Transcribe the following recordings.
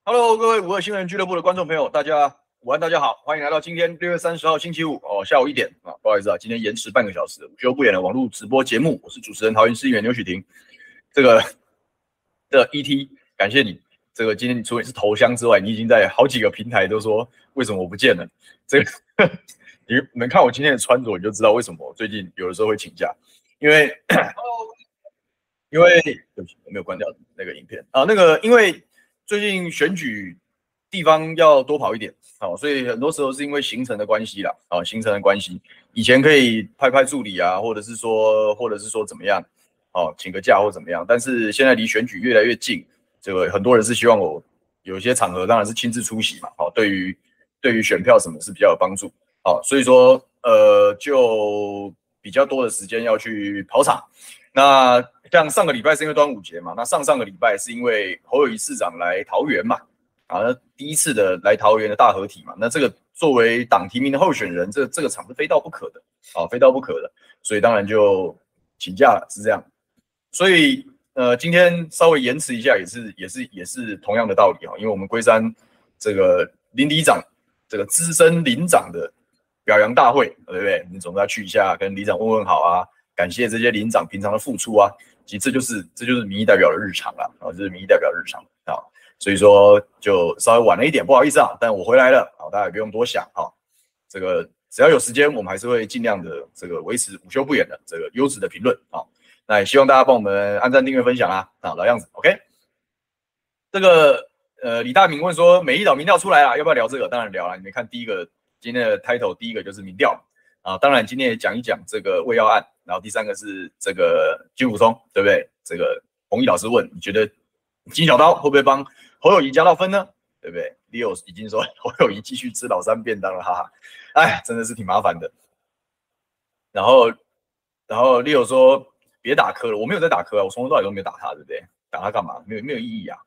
Hello，各位五二新闻俱乐部的观众朋友，大家午安，大家好，欢迎来到今天6月30号星期五下午1点啊，不好意思啊，今天延迟半个小时，午休不演的网络直播节目，我是主持人桃园市议员刘许婷。这个ET，感谢你。这个今天你除了是头香之外，你已经在好几个平台都说为什么我不见了。这个你们看我今天的穿着，你就知道为什么我最近有的时候会请假，因为对不起，我没有关掉那个影片啊，因为最近选举地方要多跑一点，所以很多时候是因为行程的关系啦，行程的关系，以前可以派助理啊，或者是说怎么样，请个假或怎么样，但是现在离选举越来越近，这个很多人是希望我有一些场合当然是亲自出席嘛，对于选票什么是比较有帮助，所以说就比较多的时间要去跑场。那像上个礼拜是因为端午节嘛，那上个礼拜是因为侯友宜市长来桃园嘛，那第一次的来桃园的大合体嘛，那这个作为党提名的候选人，这个场是非到不可的，非到不可的，所以当然就请假了，是这样。所以今天稍微延迟一下，也是同样的道理，因为我们龟山这个林里长这个资深林长的表扬大会，对不对？你总要去一下，跟里长问好啊。感谢这些林长平常的付出啊，其实这就是民意代表的日常啦，这是民意代表的日常啊，所以说就稍微晚了一点，不好意思啊，但我回来了，大家也不用多想啊，这个只要有时间，我们还是会尽量的这个维持午休不演的这个优质的评论啊，那也希望大家帮我们按赞、订阅、分享啊，老样子 ，OK。这个李大明问说，美丽岛民调出来了，要不要聊这个？当然聊了，你们看今天的 title 第一个就是民调。当然今天也讲一讲这个卫药案，然后第三个是这个金溥聪，对不对？这个弘毅老师问，你觉得金小刀会不会帮侯友宜加到分呢？对不对 ？Leo 已经说侯友宜继续吃老三便当了，哈哈，哎，真的是挺麻烦的。然后 Leo 说别打磕了，我没有在打磕啊，我从头到尾都没有打他，对不对？打他干嘛？没有意义啊。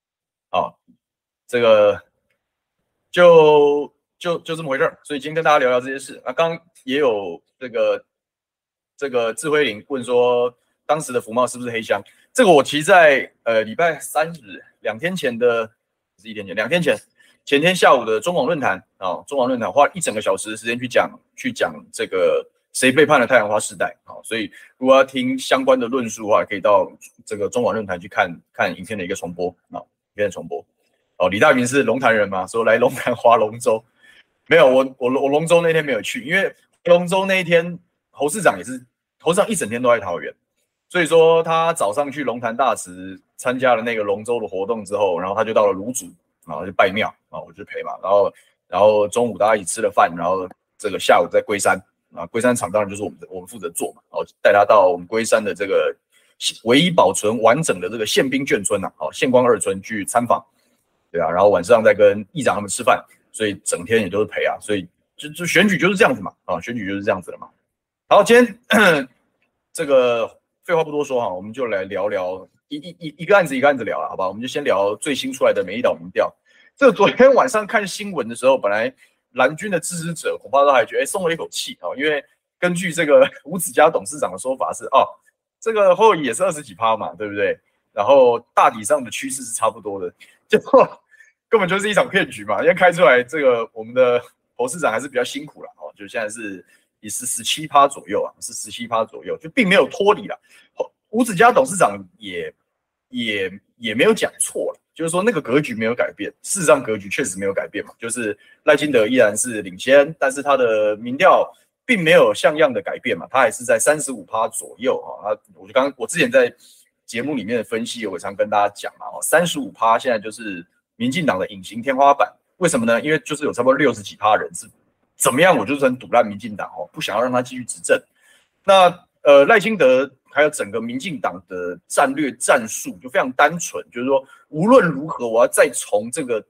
这个就这么回事，所以今天跟大家聊聊这些事。那刚也有这个智慧林问说，当时的福茂是不是黑箱？这个我其实在礼拜302天前的，不是1天前，2天前，前天下午的中网论坛中网论坛花1整个小时的时间去讲这个谁背叛了太阳花世代所以如果要听相关的论述的话，可以到这个中网论坛去看影片的一个重播影片的重播。李大明是龙潭人嘛，说来龙潭划龙舟。没有，我龙舟那天没有去，因为龙舟那一天侯市长一整天都在桃园，所以说他早上去龙潭大池参加了那个龙舟的活动之后，然后他就到了芦竹，然后就拜庙我就陪嘛，然后中午大家一起吃了饭，然后这个下午在龟山龟山场当然就是我们负责做嘛，带他到我们龟山的这个唯一保存完整的这个宪兵眷村宪光2村去参访，对啊，然后晚上再跟议长他们吃饭。所以整天也都是陪啊，所以就选举就是这样子嘛，选举就是这样子了嘛。好，今天这个废话不多说我们就来聊聊一个案子一个案子聊了，好吧？我们就先聊最新出来的美丽岛民调。这个昨天晚上看新闻的时候，本来蓝军的支持者恐怕都还觉得松了一口气因为根据这个吴子嘉董事长的说法是这个侯友宜也是20几%嘛，对不对？然后大体上的趋势是差不多的，结果根本就是一场骗局嘛！因为开出来这个我们的侯市长还是比较辛苦了就现在也是17%左右是17%左右，就并没有脱离了。吴子嘉董事长也没有讲错了，就是说那个格局没有改变，事实上格局确实没有改变嘛，就是赖清德依然是领先，但是他的民调并没有像样的改变嘛，他还是在35%左右我之前在节目里面的分析，我常跟大家讲嘛，35%现在就是民进党的隐形天花板。为什么呢？因为就是有差不多60几%人是怎么样，我就是很堵烂民进党不想要让他继续执政。那赖清德还有整个民进党的战略战术就非常单纯，就是说无论如何我要再从这个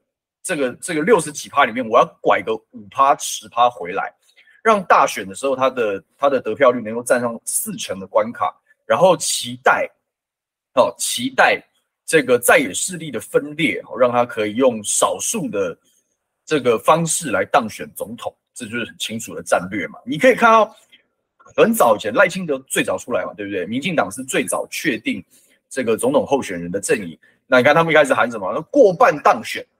60几%里面，我要拐个5%、10%回来，让大选的时候他的得票率能够站上40%的关卡，然后期待这个在野势力的分裂，让他可以用少数的这个方式来当选总统，这就是很清楚的战略嘛。你可以看到，很早以前赖清德最早出来嘛，对不对？民进党是最早确定这个总统候选人的阵营。那你看他们一开始喊什么？过半当选，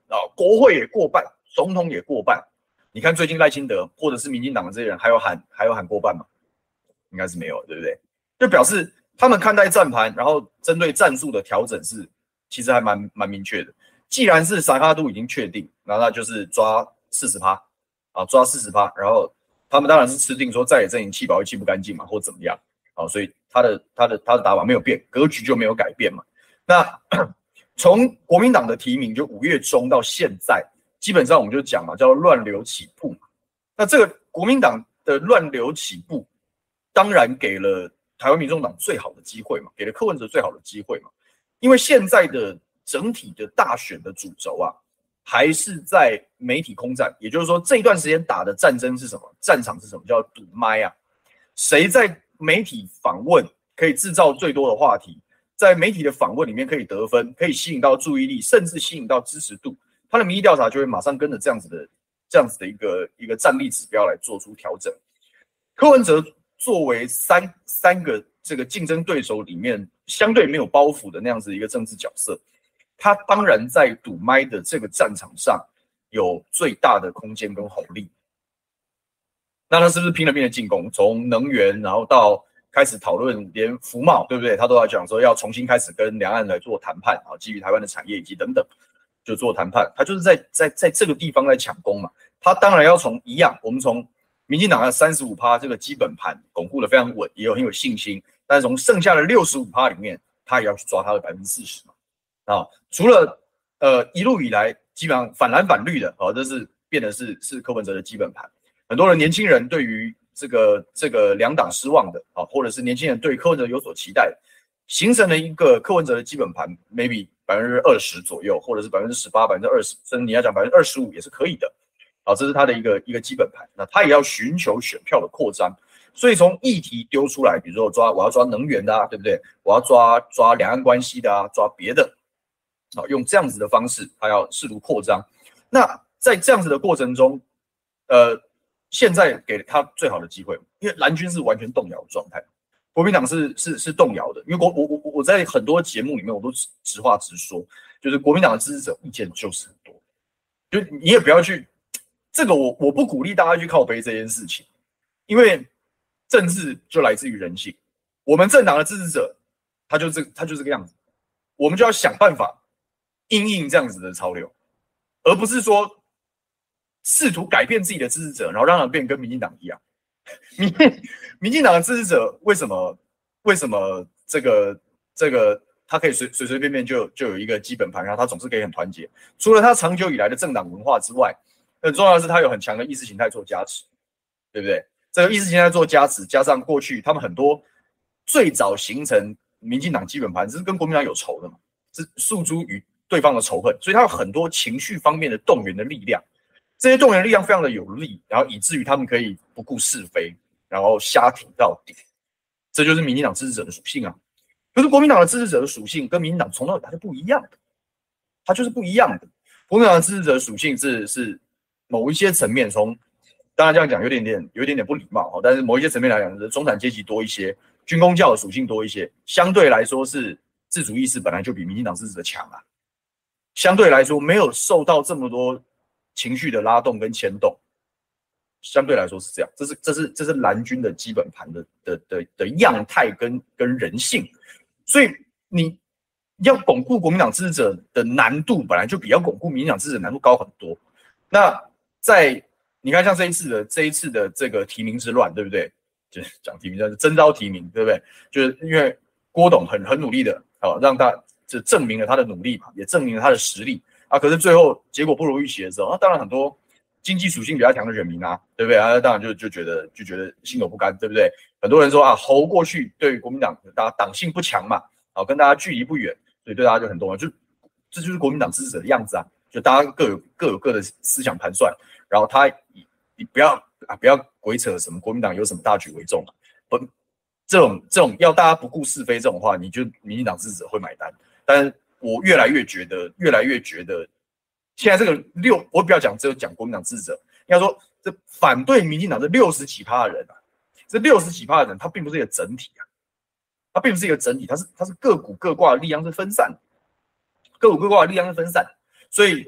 国会也过半，总统也过半。你看最近赖清德或者是民进党的这些人，还有喊过半吗？应该是没有，对不对？就表示他们看待战盘，然后针对战术的调整是其实还蛮明确的。既然是萨卡都已经确定，那就是抓40%啊，抓40%，然后他们当然是吃定说在野阵营弃保弃不干净嘛，或怎么样啊，所以他的打法没有变，格局就没有改变嘛。那从国民党的提名就5月中到现在，基本上我们就讲嘛，叫乱流起步嘛。那这个国民党的乱流起步，当然给了台湾民众党最好的机会嘛，给了柯文哲最好的机会嘛。因为现在的整体的大选的主轴啊，还是在媒体空战，也就是说这一段时间打的战争是什么？战场是什么？叫堵麦啊！谁在媒体访问可以制造最多的话题，在媒体的访问里面可以得分，可以吸引到注意力，甚至吸引到支持度，他的民意调查就会马上跟着这样子的一个战力指标来做出调整。柯文哲作为三个这个竞争对手里面相对没有包袱的那样子一个政治角色，他当然在堵麦的这个战场上有最大的空间跟红利。那他是不是拼了命的进攻？从能源，然后到开始讨论连服贸，对不对？他都要讲说要重新开始跟两岸来做谈判啊，基于台湾的产业以及等等，就做谈判。他就是在这个地方在抢攻嘛。他当然要从一样，我们从民进党的35%这个基本盘巩固的非常稳，也很有信心。但是从剩下的65%里面，他也要去抓他的40%嘛。啊，除了一路以来基本上反蓝反绿的，这是变得是柯文哲的基本盘。很多人年轻人对于这个两党失望的啊，或者是年轻人对柯文哲有所期待，形成了一个柯文哲的基本盘 ，maybe 20%左右，或者是18%、20%，甚至你要讲25%也是可以的。好，这是他的一个基本盘。那他也要寻求选票的扩张，所以从议题丢出来，比如说我要抓能源的啊，对不对？我要抓两岸关系的啊，抓别的，好，用这样子的方式，他要试图扩张。那在这样子的过程中，现在给了他最好的机会，因为蓝军是完全动摇的状态，国民党是动摇的。因为我在很多节目里面我都直话直说，就是国民党的支持者意见就是很多，就你也不要去这个我不鼓励大家去靠背这件事情，因为政治就来自于人性。我们政党的支持者他就这个样子，我们就要想办法因应这样子的潮流，而不是说试图改变自己的支持者，然后让他变跟民进党一样。民进党的支持者为什么这个他可以随便就有一个基本盘，然后他总是可以很团结？除了他长久以来的政党文化之外，很重要的是他有很强的意识形态做加持，对不对？这个意识形态做加持，加上过去他们很多最早形成民进党基本盘是跟国民党有仇的嘛，是诉诸于对方的仇恨，所以他有很多情绪方面的动员的力量。这些动员力量非常的有力，然后以至于他们可以不顾是非，然后瞎挺到底。这就是民进党支持者的属性啊。可是国民党的支持者的属性跟民进党从头到尾它是不一样的，它就是不一样的。国民党的支持者的属性是某一些层面，当然这样讲有点点不礼貌，但是某一些层面来讲，是中产阶级多一些，军公教的属性多一些，相对来说是自主意识本来就比民进党支持者强啊。相对来说没有受到这么多情绪的拉动跟牵动，相对来说是这样，这是蓝军的基本盘的样态跟人性，所以你要巩固国民党支持者的难度本来就比要巩固民进党支持者难度高很多。那在你看像这一次的这个提名之乱，对不对？就是讲提名就是征召提名，对不对？就是因为郭董很努力的，让他就证明了他的努力嘛，也证明了他的实力。可是最后结果不如预期的时候，当然很多经济属性比较强的人民啊，对不对？当然就觉得心有不甘，对不对？很多人说侯过去对国民党大家党性不强嘛，跟大家距离不远，所以对大家就很动摇，这就是国民党支持者的样子啊，就大家各有各的思想盘算，然后你不要鬼扯什么国民党有什么大局为重啊，这种要大家不顾是非这种话，你就民进党支持者会买单，但是我越来越觉得，现在这个我不要讲只有讲国民党支持者，应该说这反对民进党这60几%的人啊，这60几%的人，他并不是一个整体啊，它并不是一个整体，它是各股各卦的力量是分散的，各股各卦的力量是分散，所以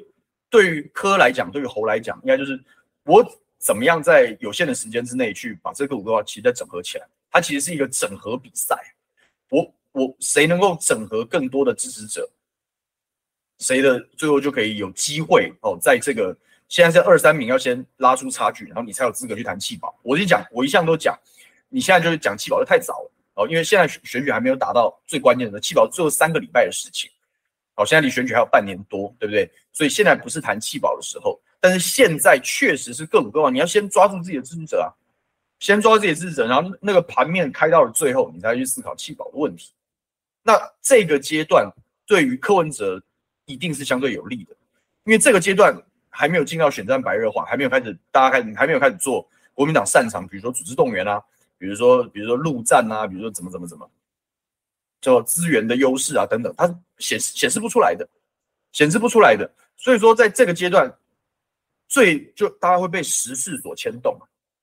对于柯来讲，对于侯来讲，应该就是我怎么样在有限的时间之内去把这个5个话其实再整合起来。它其实是一个整合比赛。我谁能够整合更多的支持者，谁的最后就可以有机会在这个现在是23名要先拉出差距，然后你才有资格去谈弃保。我一向都讲，你现在就是讲弃保就太早了因为现在选举还没有达到最关键的弃保，最后3个礼拜的事情。现在离选举还有半年多，对不对？所以现在不是谈弃保的时候，但是现在确实是各5个话，你要先抓住自己的支持者啊，先抓住自己的支持者，然后那个盘面开到了最后，你才去思考弃保的问题。那这个阶段对于柯文哲一定是相对有利的，因为这个阶段还没有进到选战白热化，还没有开始还没有开始做国民党擅长，比如说组织动员啊，比如说陆战啊，比如说怎么就资源的优势啊等等，它显示不出来的，所以说在这个阶段，就大家会被时事所牵动，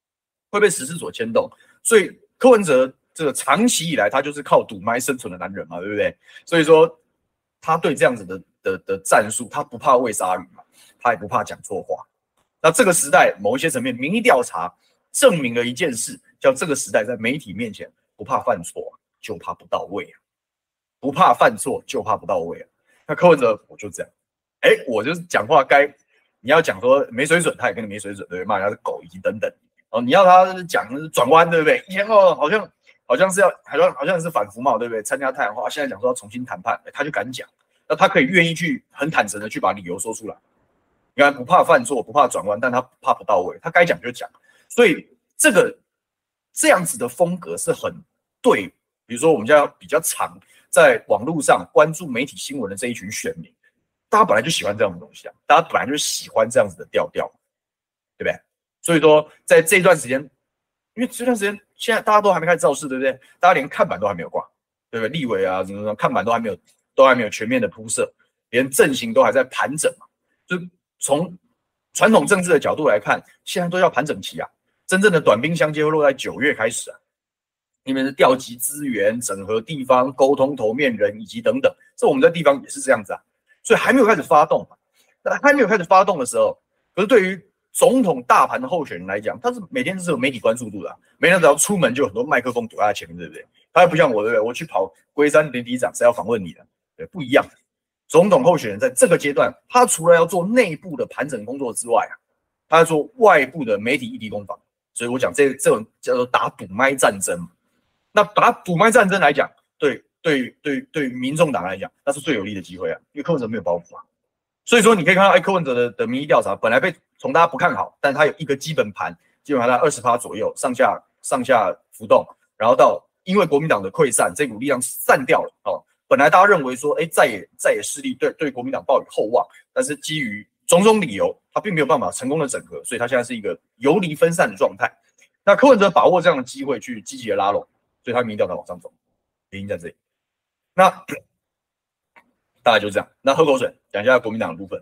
所以柯文哲这个长期以来他就是靠赌麦生存的男人嘛，对不对？所以说他对这样子的战术，他不怕喂鲨鱼嘛，他也不怕讲错话。那这个时代某一些层面民意调查证明了一件事，叫这个时代在媒体面前不怕犯错，就怕不到位不怕犯错，就怕不到位那柯文哲我就这样，我就是讲话你要讲说没水准，他也跟你没水准，对不对？骂人家是狗以及等等。你要他讲转弯，对不对？以前好像是反服贸，对不对？参加太阳花，现在讲说要重新谈判，他就敢讲，那他可以愿意去很坦诚的去把理由说出来。你看不怕犯错，不怕转弯，但他怕不到位，他该讲就讲。所以这样子的风格是很对，比如说我们家比较常在网络上关注媒体新闻的这一群选民，大家本来就喜欢这样的东西大家本来就喜欢这样子的调调，对不对？所以说在这段时间，因为这段时间现在大家都还没开始造势，对不对？大家连看板都还没有挂，对不对？立委啊什么看板都还没有全面的铺设，连阵型都还在盘整嘛。就从传统政治的角度来看，现在都要盘整期真正的短兵相接会落在9月开始因为是调集资源、整合地方、沟通头面人以及等等，这我们在地方也是这样子所以还没有开始发动那还没有开始发动的时候，可是对于总统大盘的候选人来讲，他是每天是有媒体关注度的每天只要出门就有很多麦克风堵在他前面，对不对？他又不像我，对不对？我去跑龟山连里长，谁要访问你的？对，不一样。总统候选人在这个阶段，他除了要做内部的盘整工作之外他要做外部的媒体议题攻防。所以我讲这种叫做打赌麦战争。那打赌麦战争来讲，对民众党来讲，那是最有利的机会因为柯文哲没有包袱所以说你可以看到柯文哲的民意调查本来被从大家不看好，但他有一个基本盘在 20% 左右上下浮动，然后到因为国民党的溃散，这股力量散掉了本来大家认为说再也势力对国民党抱有厚望，但是基于种种理由，他并没有办法成功的整合，所以他现在是一个游离分散的状态。那柯文哲把握这样的机会去积极的拉拢，所以他民意调查往上走，原因在这里。那大概就这样。那喝口水，讲一下国民党的部分。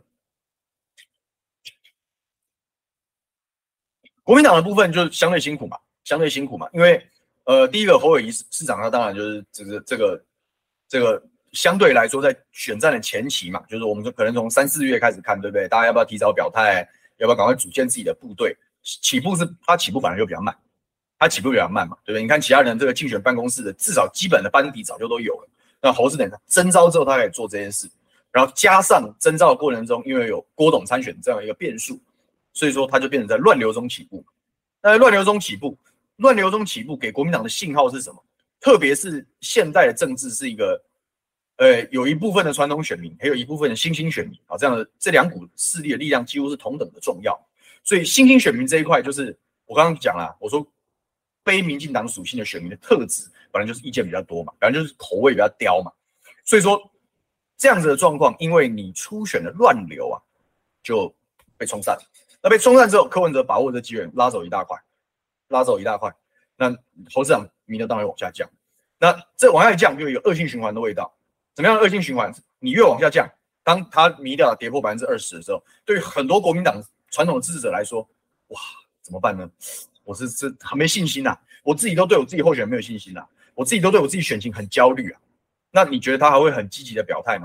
国民党的部分就相对辛苦嘛，因为第一个侯友宜市长他当然就是这个相对来说在选战的前期嘛，就是我们可能从3、4月开始看，对不对？大家要不要提早表态？要不要赶快组建自己的部队？他起步本来就比较慢，嘛，对不对？你看其他人这个竞选办公室的至少基本的班底早就都有了。那侯是等征召之后，他可以做这件事，然后加上征召的过程中，因为有郭董参选这样一个变数，所以说他就变成在乱流中起步。那在乱流中起步给国民党的信号是什么？特别是现代的政治是一个，有一部分的传统选民，还有一部分的新兴选民这样的这2股势力的力量几乎是同等的重要。所以新兴选民这一块，就是我刚刚讲我说非民进党属性的选民的特质，本来就是意见比较多嘛，本来就是口味比较刁嘛，所以说这样子的状况，因为你初选的乱流就被冲散了。那被冲散之后，柯文哲把握这机会拉走一大块，那侯市长民调当然往下降，那这往下降就有一个恶性循环的味道。怎么样的恶性循环？你越往下降，当他民调跌破20%的时候，对于很多国民党传统的支持者来说，哇，怎么办呢？我是很没信心我自己都对我自己候选人没有信心我自己都对我自己选情很焦虑那你觉得他还会很积极的表态吗？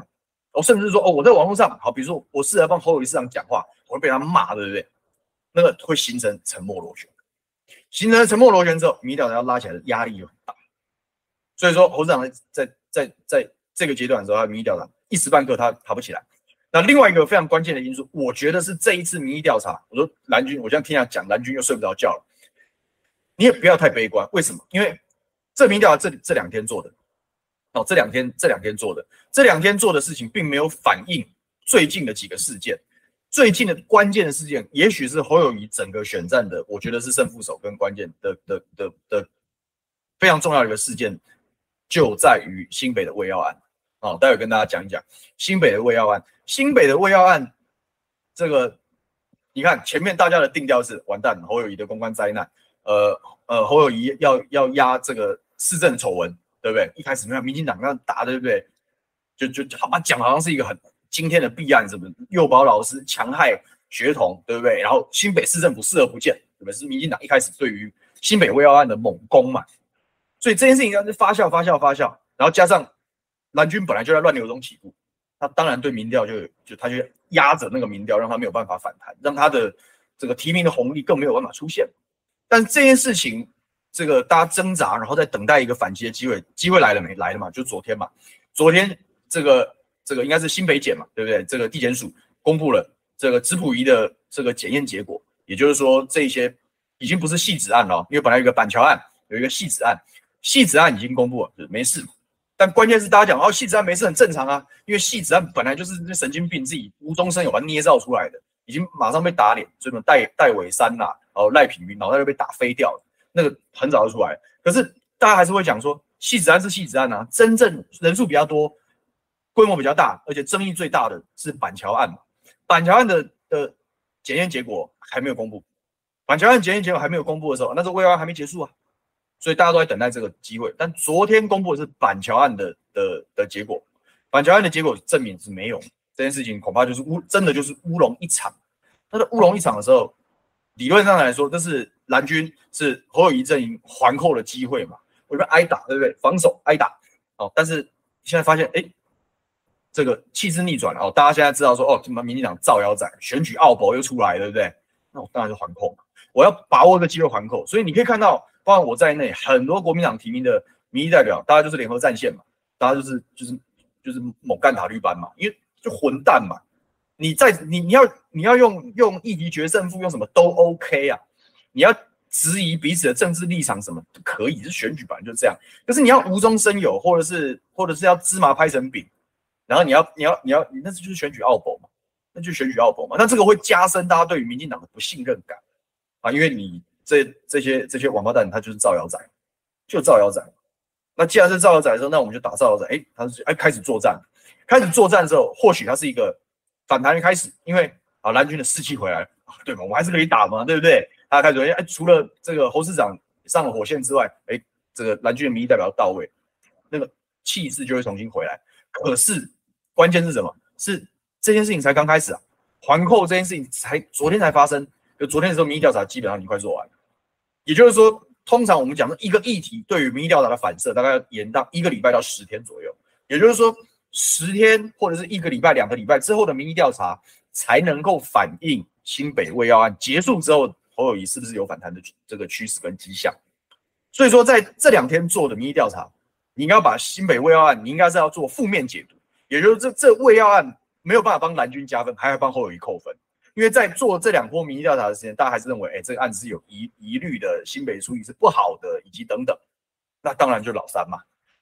甚至是说我在网络上好，比如说我试着帮侯友宜市长讲话，我会被他骂，对不对？那个会形成沉默螺旋，形成沉默螺旋之后，民调要拉起来的压力就很大。所以说侯市长在这个阶段的时候，他民意调查一时半刻他爬不起来。那另外一个非常关键的因素，我觉得是这一次民意调查，我说蓝军，我现在听他讲蓝军又睡不着觉了，你也不要太悲观，为什么？因为这民调查这2天做的，这两天做的事情，并没有反映最近的几个事件。最近的关键的事件，也许是侯友宜整个选战的，我觉得是胜负手跟关键的非常重要的一个事件，就在于新北的卫药案。待会跟大家讲一讲新北的卫药案。新北的卫药案，这个你看前面大家的定调是完蛋，侯友宜的公关灾难，侯友宜要压这个市政丑闻，对不对？一开始你看民进党那样打，对不对？就好像讲好像是一个很惊天的弊案，什么幼保老师强害学童，对不对？然后新北市政府视而不见，对不对？是民进党一开始对于新北卫药案的猛攻嘛。所以这件事情要是发酵，然后加上蓝军本来就在乱流中起步，他当然对民调他就压着那个民调，让他没有办法反弹，让他的这个提名的红利更没有办法出现。但这件事情，这个大家挣扎，然后再等待一个反击的机会，机会来了没？来了嘛，就昨天嘛。昨天这个应该是新北检嘛，对不对？这个地检署公布了这个质谱仪的这个检验结果，也就是说这些已经不是细子案了，因为本来有一个板桥案，有一个细子案，细子案已经公布了，就是没事。但关键是大家讲细子案没事很正常啊，因为细子案本来就是神经病自己无中生有把它捏造出来的，已经马上被打脸，所以戴伟山啦，赖品妤脑袋就被打飞掉了，那个很早就出来了。可是大家还是会讲说，细子案是细子案啊，真正人数比较多、规模比较大，而且争议最大的是板桥案嘛。板桥案的检验结果还没有公布，板桥案检验结果还没有公布的时候，那时候卫药案还没结束啊。所以大家都在等待这个机会，但昨天公布的是板桥案的结果，板桥案的结果证明是没有这件事情，恐怕就是真的就是乌龙一场。那在乌龙一场的时候，理论上来说，这是蓝军是侯友宜阵营还扣的机会嘛？我觉得挨打，对不对？防守挨打，但是现在发现，这个气势逆转了，大家现在知道说，民进党造谣仔选举奥博又出来，对不对？那我当然就还扣嘛，我要把握这个机会还扣。所以你可以看到，包括我在内，很多国民党提名的民意代表，大家就是联合战线嘛，大家就是猛干塔绿班嘛，因为就混蛋嘛。你要用议题决胜负，用什么都 OK 啊。你要质疑彼此的政治立场什么都可以，是选举本来就这样。可是你要无中生有，或者是要芝麻拍成饼，然后你那就是选举奥博嘛，那这个会加深大家对于民进党的不信任感啊，因为你这些王八蛋他就是造谣仔，就造谣仔。那既然是造谣仔的时候，那我们就打造谣仔。他是开始作战，之后，或许他是一个反弹的开始，因为蓝军的士气回来了，对嘛，我们还是可以打嘛，对不对？他开始除了这个侯市长上了火线之外，这个蓝军的民意代表到位，那个气势就会重新回来。可是关键是什么？是这件事情才刚开始啊，还扣这件事情昨天才发生，昨天的时候民意调查基本上已经快做完了，也就是说，通常我们讲的一个议题对于民意调查的反射，大概要延到1个礼拜到10天左右，也就是说10天或者是1个礼拜、2个礼拜之后的民意调查才能够反映新北卫药案结束之后，侯友宜是不是有反弹的这个趋势跟迹象。所以说，在这2天做的民意调查，你应该要把新北卫药案，你应该是要做负面解读，也就是这卫药案没有办法帮蓝军加分，还要帮侯友宜扣分。因为在做这2波民意调查的时间，大家还是认为，这个案子是有疑虑的，新北处理是不好的，以及等等。那当然就老三嘛，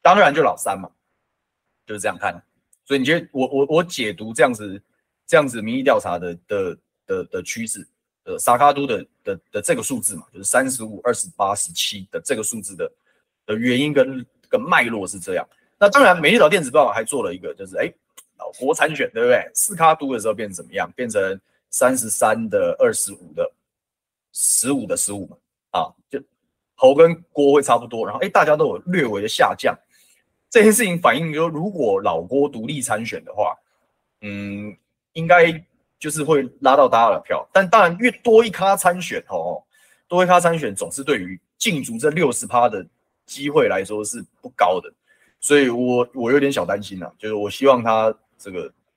就是这样看。所以你觉得我解读这样子民意调查的趋势，沙卡都的这个数字嘛，就是35、28、17的这个数字的原因跟脉络是这样。那当然，美丽岛电子报还做了一个，就是老国参选，对不对？四卡都的时候变成怎么样？变成33的25的15的15嘛，就侯跟郭会差不多，然后大家都有略微的下降。这件事情反映说，如果老郭独立参选的话，应该就是会拉到大家的票。但当然，越多一咖参选总是对于竞逐这60%的机会来说是不高的，所以我有点小担心啊，就是我希望他这个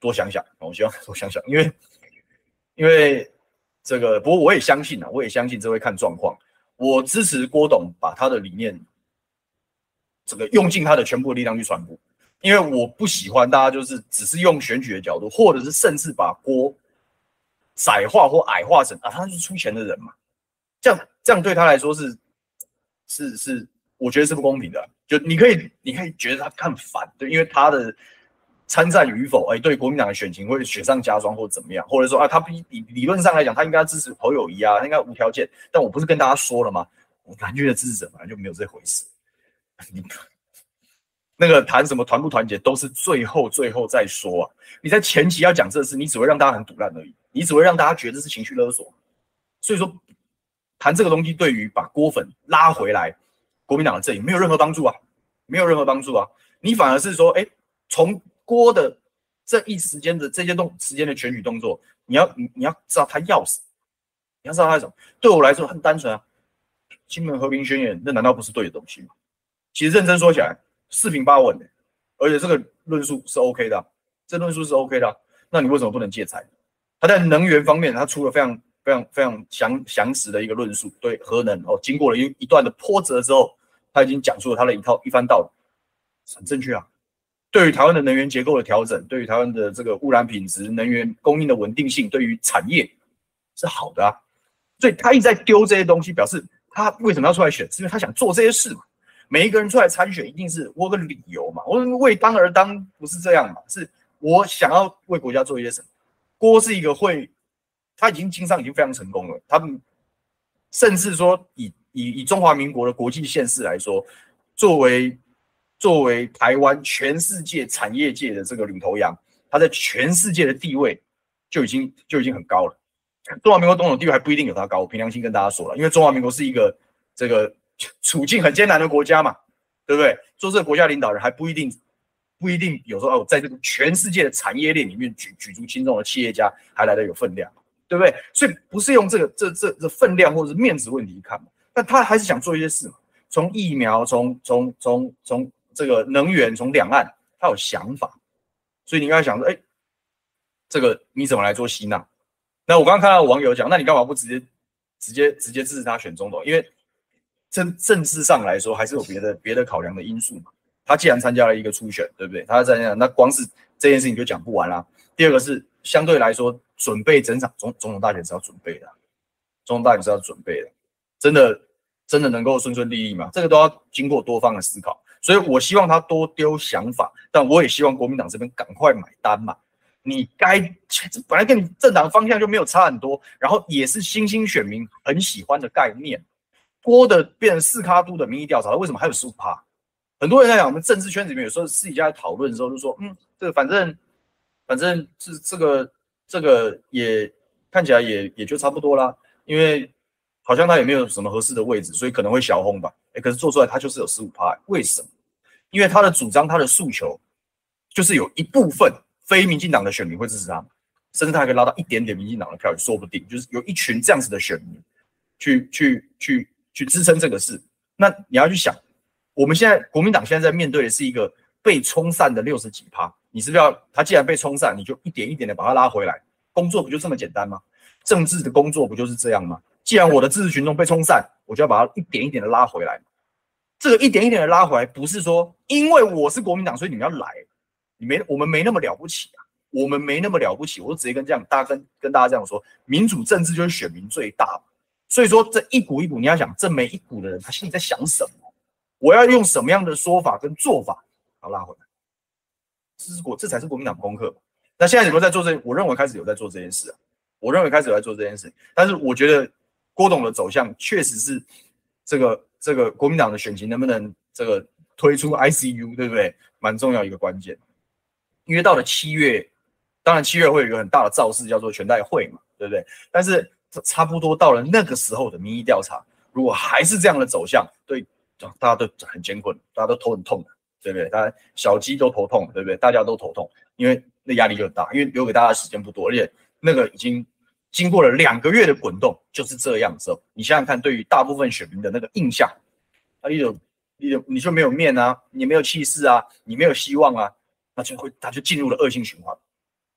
多想想，我希望多想想，因为这个，不过我也相信这会看状况。我支持郭董把他的理念，这个用尽他的全部力量去传播，因为我不喜欢大家就是只是用选举的角度，或者是甚至把郭窄化或矮化成他是出钱的人嘛，这样对他来说是，我觉得是不公平的。就你可以觉得他很烦，对，因为他的参战与否，对国民党的选情会雪上加霜或怎么样，或者说他理论上来讲，他应该支持侯友宜啊，他应该无条件。但我不是跟大家说了吗？我蓝军的支持者本来就没有这回事。你那个谈什么团不团结，都是最后再说啊。你在前期要讲这事，你只会让大家很堵烂而已，你只会让大家觉得是情绪勒索。所以说，谈这个东西对于把郭粉拉回来国民党的阵营没有任何帮助啊，没有任何帮助啊。你反而是说，从郭的这些时间的选举动作，你要知道他要什么，你要知道他什么。对我来说很单纯啊，金门和平宣言，那难道不是对的东西吗？其实认真说起来，四平八稳的，而且这个论述是 OK 的，这论述是 OK 的。那你为什么不能借财？他在能源方面，他出了非常详实的一个论述，对核能经过了一段的波折之后，他已经讲述了他的一番道理，很正确啊。对于台湾的能源结构的调整，对于台湾的这个污染品质、能源供应的稳定性，对于产业是好的啊。所以他一直在丢这些东西，表示他为什么要出来选，是因为他想做这些事嘛。每一个人出来参选，一定是我有个理由嘛。我为当而当，不是这样嘛？是我想要为国家做一些什么。郭是一个他已经经商已经非常成功了，他们甚至说以中华民国的国际县市来说，作为台湾全世界产业界的这个领头羊，他在全世界的地位就已经很高了。中华民国总统地位还不一定有他高，我凭良心跟大家说了，因为中华民国是一个这个处境很艰难的国家嘛，对不对？做这个国家领导人还不一定有时候在这个全世界的产业链里面举足轻重的企业家还来得有分量，对不对？所以不是用这分量或者是面子问题看嘛，但他还是想做一些事嘛，从疫苗，从这个能源，从两岸，他有想法，所以你应该想说，这个你怎么来做吸纳？那我刚刚看到网友讲，那你干嘛不直接支持他选总统？因为政治上来说，还是有别的考量的因素嘛。他既然参加了一个初选，对不对？他参加，那光是这件事情就讲不完啦。第二个是相对来说，准备整场总统大选是要准备的，总统大选是要准备的，真的能够顺利利吗？这个都要经过多方的思考。所以我希望他多丢想法，但我也希望国民党这边赶快买单嘛。你本来跟你政党方向就没有差很多，然后也是新兴选民很喜欢的概念。郭的变成4咖都的民意调查，为什么还有15%？很多人在讲，我们政治圈子里面有时候私底下在讨论的时候就说，这个反正是这个也看起来也就差不多啦，因为好像他也没有什么合适的位置，所以可能会小轰吧。可是做出来他就是有15%，为什么？因为他的主张，他的诉求，就是有一部分非民进党的选民会支持他，甚至他还可以拉到一点点民进党的票，也说不定。就是有一群这样子的选民去支撑这个事。那你要去想，我们现在国民党现在在面对的是一个被冲散的60几%，你是不是要他既然被冲散，你就一点一点的把他拉回来？工作不就这么简单吗？政治的工作不就是这样吗？既然我的支持群众被冲散，我就要把它一点一点的拉回来。这个一点一点的拉回来，不是说因为我是国民党，所以你们要来，我们没那么了不起啊，我们没那么了不起。我就直接跟大家这样说，民主政治就是选民最大。所以说这一股一股，你要想这每一股的人他心里在想什么，我要用什么样的说法跟做法把它拉回来，这才是国民党功课。那现在有没有在做这？我认为开始有在做这件事啊，但是我觉得郭董的走向确实是这个国民党的选情能不能这个推出 ICU， 对不对？蛮重要一个关键。因为到了7月，当然7月会有一个很大的造势叫做全代会嘛，对不对？但是差不多到了那个时候的民意调查，如果还是这样的走向，对大家都很艰困，大家都头很痛的，对不对？大家小鸡都头痛，对不对？大家都头痛，因为那压力就很大，因为留给大家的时间不多，而且那个已经经过了2个月的滚动，就是这样子。你想想看，对于大部分选民的那个印象，你就没有面啊，你没有气势啊，你没有希望啊，他就进入了恶性循环。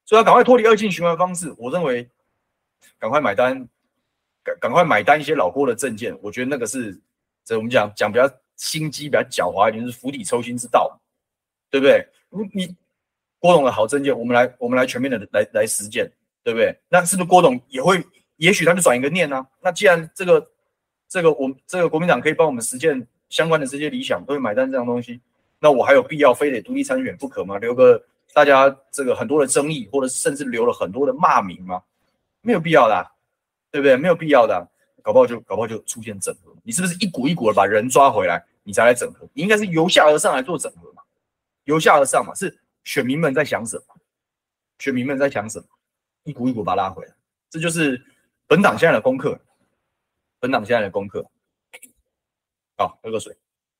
所以要赶快脱离恶性循环的方式，我认为赶快买单，赶快买单一些老郭的证件，我觉得那个是这我们讲比较心机比较狡猾一点，就是釜底抽薪之道，对不对？你郭董的好证件，我们来全面的来实践，对不对？那是不是郭董也会，也许他就转一个念啊？那既然我们这个国民党可以帮我们实践相关的这些理想，都会买单这样东西，那我还有必要非得独立参选不可吗？留个大家这个很多的争议，或者甚至留了很多的骂名吗？没有必要的、啊，对不对？没有必要的、啊，搞不好就出现整合。你是不是一股一股的把人抓回来，你才来整合？你应该是由下而上来做整合嘛，由下而上嘛，是选民们在想什么？选民们在想什么？一股一股把它拉回来，这就是本党现在的功课。本党现在的功课。好，喝个水。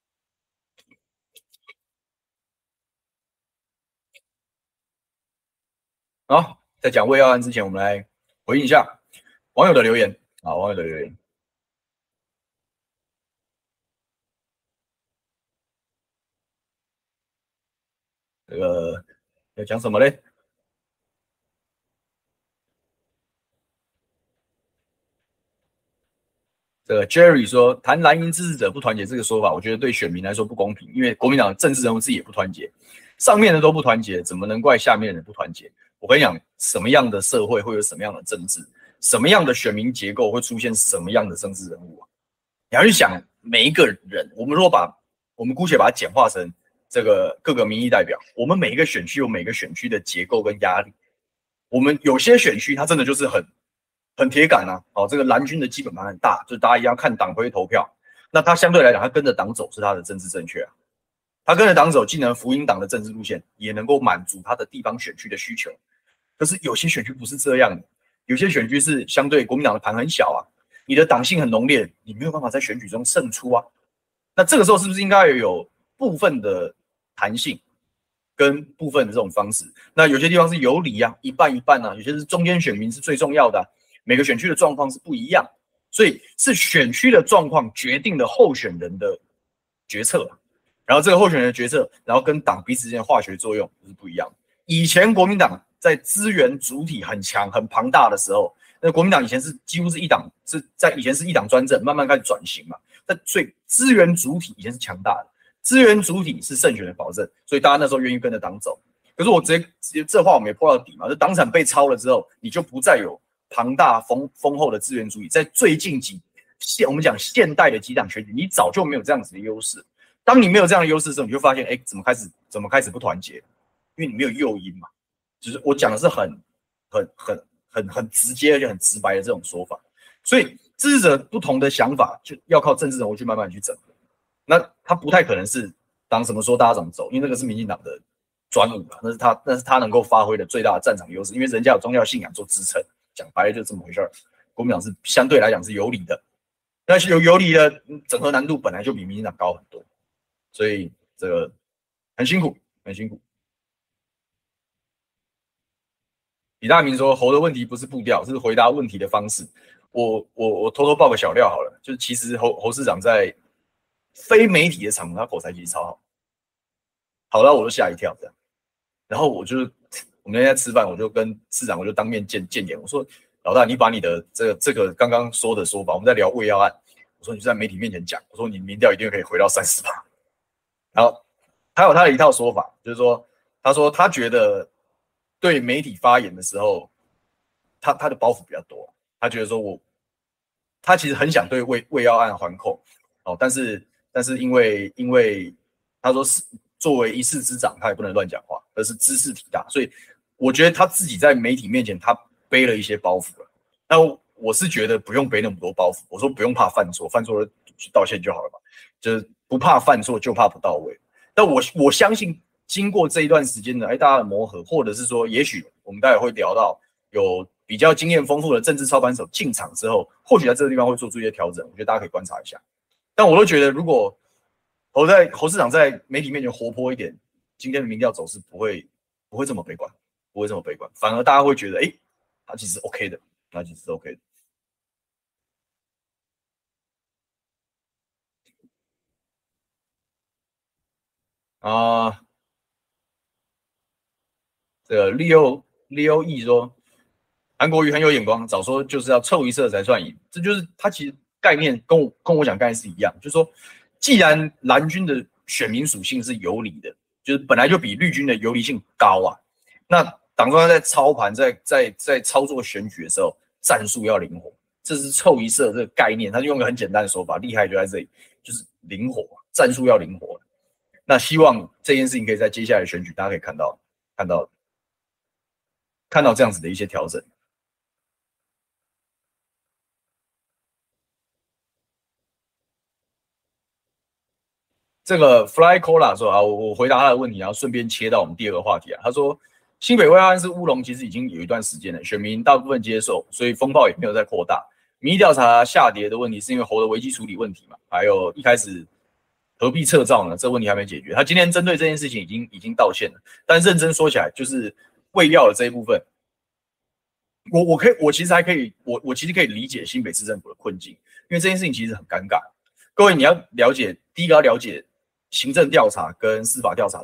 好，在讲胃药案之前，我们来回应一下网友的留言。啊，网友的留言。这个要讲什么嘞？这个 Jerry 说，谈蓝营支持者不团结这个说法，我觉得对选民来说不公平，因为国民党政治人物自己也不团结，上面的都不团结，怎么能怪下面的人不团结？我跟你讲，什么样的社会会有什么样的政治，什么样的选民结构会出现什么样的政治人物啊？你要去想每一个人，我们如果我们姑且把它简化成这个各个民意代表，我们每一个选区有每个选区的结构跟压力，我们有些选区它真的就是很铁杆啊，哦，这个蓝军的基本盘很大，就是大家一样看党徽投票。那他相对来讲，他跟着党走是他的政治正确啊，他跟着党走，既能福音党的政治路线，也能够满足他的地方选区的需求。可是有些选区不是这样的，有些选区是相对国民党的盘很小啊，你的党性很浓烈，你没有办法在选举中胜出啊。那这个时候是不是应该有部分的弹性，跟部分的这种方式？那有些地方是有理啊，一半一半啊，有些是中间选民是最重要的、啊，每个选区的状况是不一样，所以是选区的状况决定了候选人的决策、啊，然后这个候选人的决策，然后跟党彼此之间的化学作用是不一样的。以前国民党在资源主体很强、很庞大的时候，那国民党以前是几乎是一党，是在以前是一党专政，慢慢开始转型嘛。那所以资源主体以前是强大的，资源主体是胜选的保证，所以大家那时候愿意跟着党走。可是我直接这话我们也破到底嘛，就党产被抄了之后，你就不再有庞大丰厚的资源主体。在最近我们讲现代的几党选举，你早就没有这样子的优势。当你没有这样的优势的时候，你就发现，哎，怎么开始不团结？因为你没有诱因嘛。就是我讲的是很直接而且很直白的这种说法。所以支持者不同的想法，就要靠政治人物去慢慢去整合。那他不太可能是党什么说大家怎么走，因为那个是民进党的专务嘛，那是他能够发挥的最大的战场优势，因为人家有宗教信仰做支撑。讲白了就这么回事儿。国民党是相对来讲是有理的，那有理的整合难度本来就比民进党高很多，所以这个很辛苦，很辛苦。李大明说：“侯的问题不是步调，是回答问题的方式。我偷偷爆个小料好了，就是其实侯市长在非媒体的场合，他口才其实超好，好到我都吓一跳这样。然后我们那天吃饭，我就跟市长我就当面见言，我说老大，你把你的这个刚刚说的说法，我们在聊胃药案，我说你就在媒体面前讲，我说你民调一定可以回到30%。然后他有他的一套说法，就是说他说他觉得对媒体发言的时候，他的包袱比较多，他觉得说他其实很想对胃药案还口，哦，但是因为他说是作为一市之长，他也不能乱讲话，而是知识体大，所以我觉得他自己在媒体面前他背了一些包袱了。那我是觉得不用背那么多包袱，我说不用怕犯错，犯错了去道歉就好了嘛，就是不怕犯错，就怕不到位。但我相信经过这一段时间的大家的磨合，或者是说也许我们待会会聊到有比较经验丰富的政治操盘手进场之后，或许在这个地方会做出一些调整，我觉得大家可以观察一下。但我都觉得，如果侯市长在媒体面前活泼一点，今天的民调走势不会这么悲观，不会这么悲观，反而大家会觉得，他其实 OK 的，他其实是 OK 的。啊、这个 Leo Leo E 说，韩国瑜很有眼光，早说就是要凑一色才算赢，这就是他其实概念跟我讲概念是一样，就是说，既然蓝军的选民属性是游离的，就是本来就比绿军的游离性高啊，那党中央在操盘在操作选举的时候，战术要灵活，这是凑一色这个概念，他就用个很简单的说法，厉害就在这里，就是灵活，战术要灵活。那希望这件事情可以在接下来的选举，大家可以看到这样子的一些调整。这个 Fly Cola 说啊，我回答他的问题，然后顺便切到我们第二个话题啊。他说，新北卫案是乌龙，其实已经有一段时间了，选民大部分接受，所以风暴也没有再扩大。民意调查下跌的问题是因为侯的危机处理问题嘛？还有一开始何必撤照呢？这问题还没解决。他今天针对这件事情已经道歉了，但认真说起来，就是卫药的这一部分，我其实还可以，我其实可以理解新北市政府的困境，因为这件事情其实很尴尬。各位你要了解，第一个要了解行政调查跟司法调查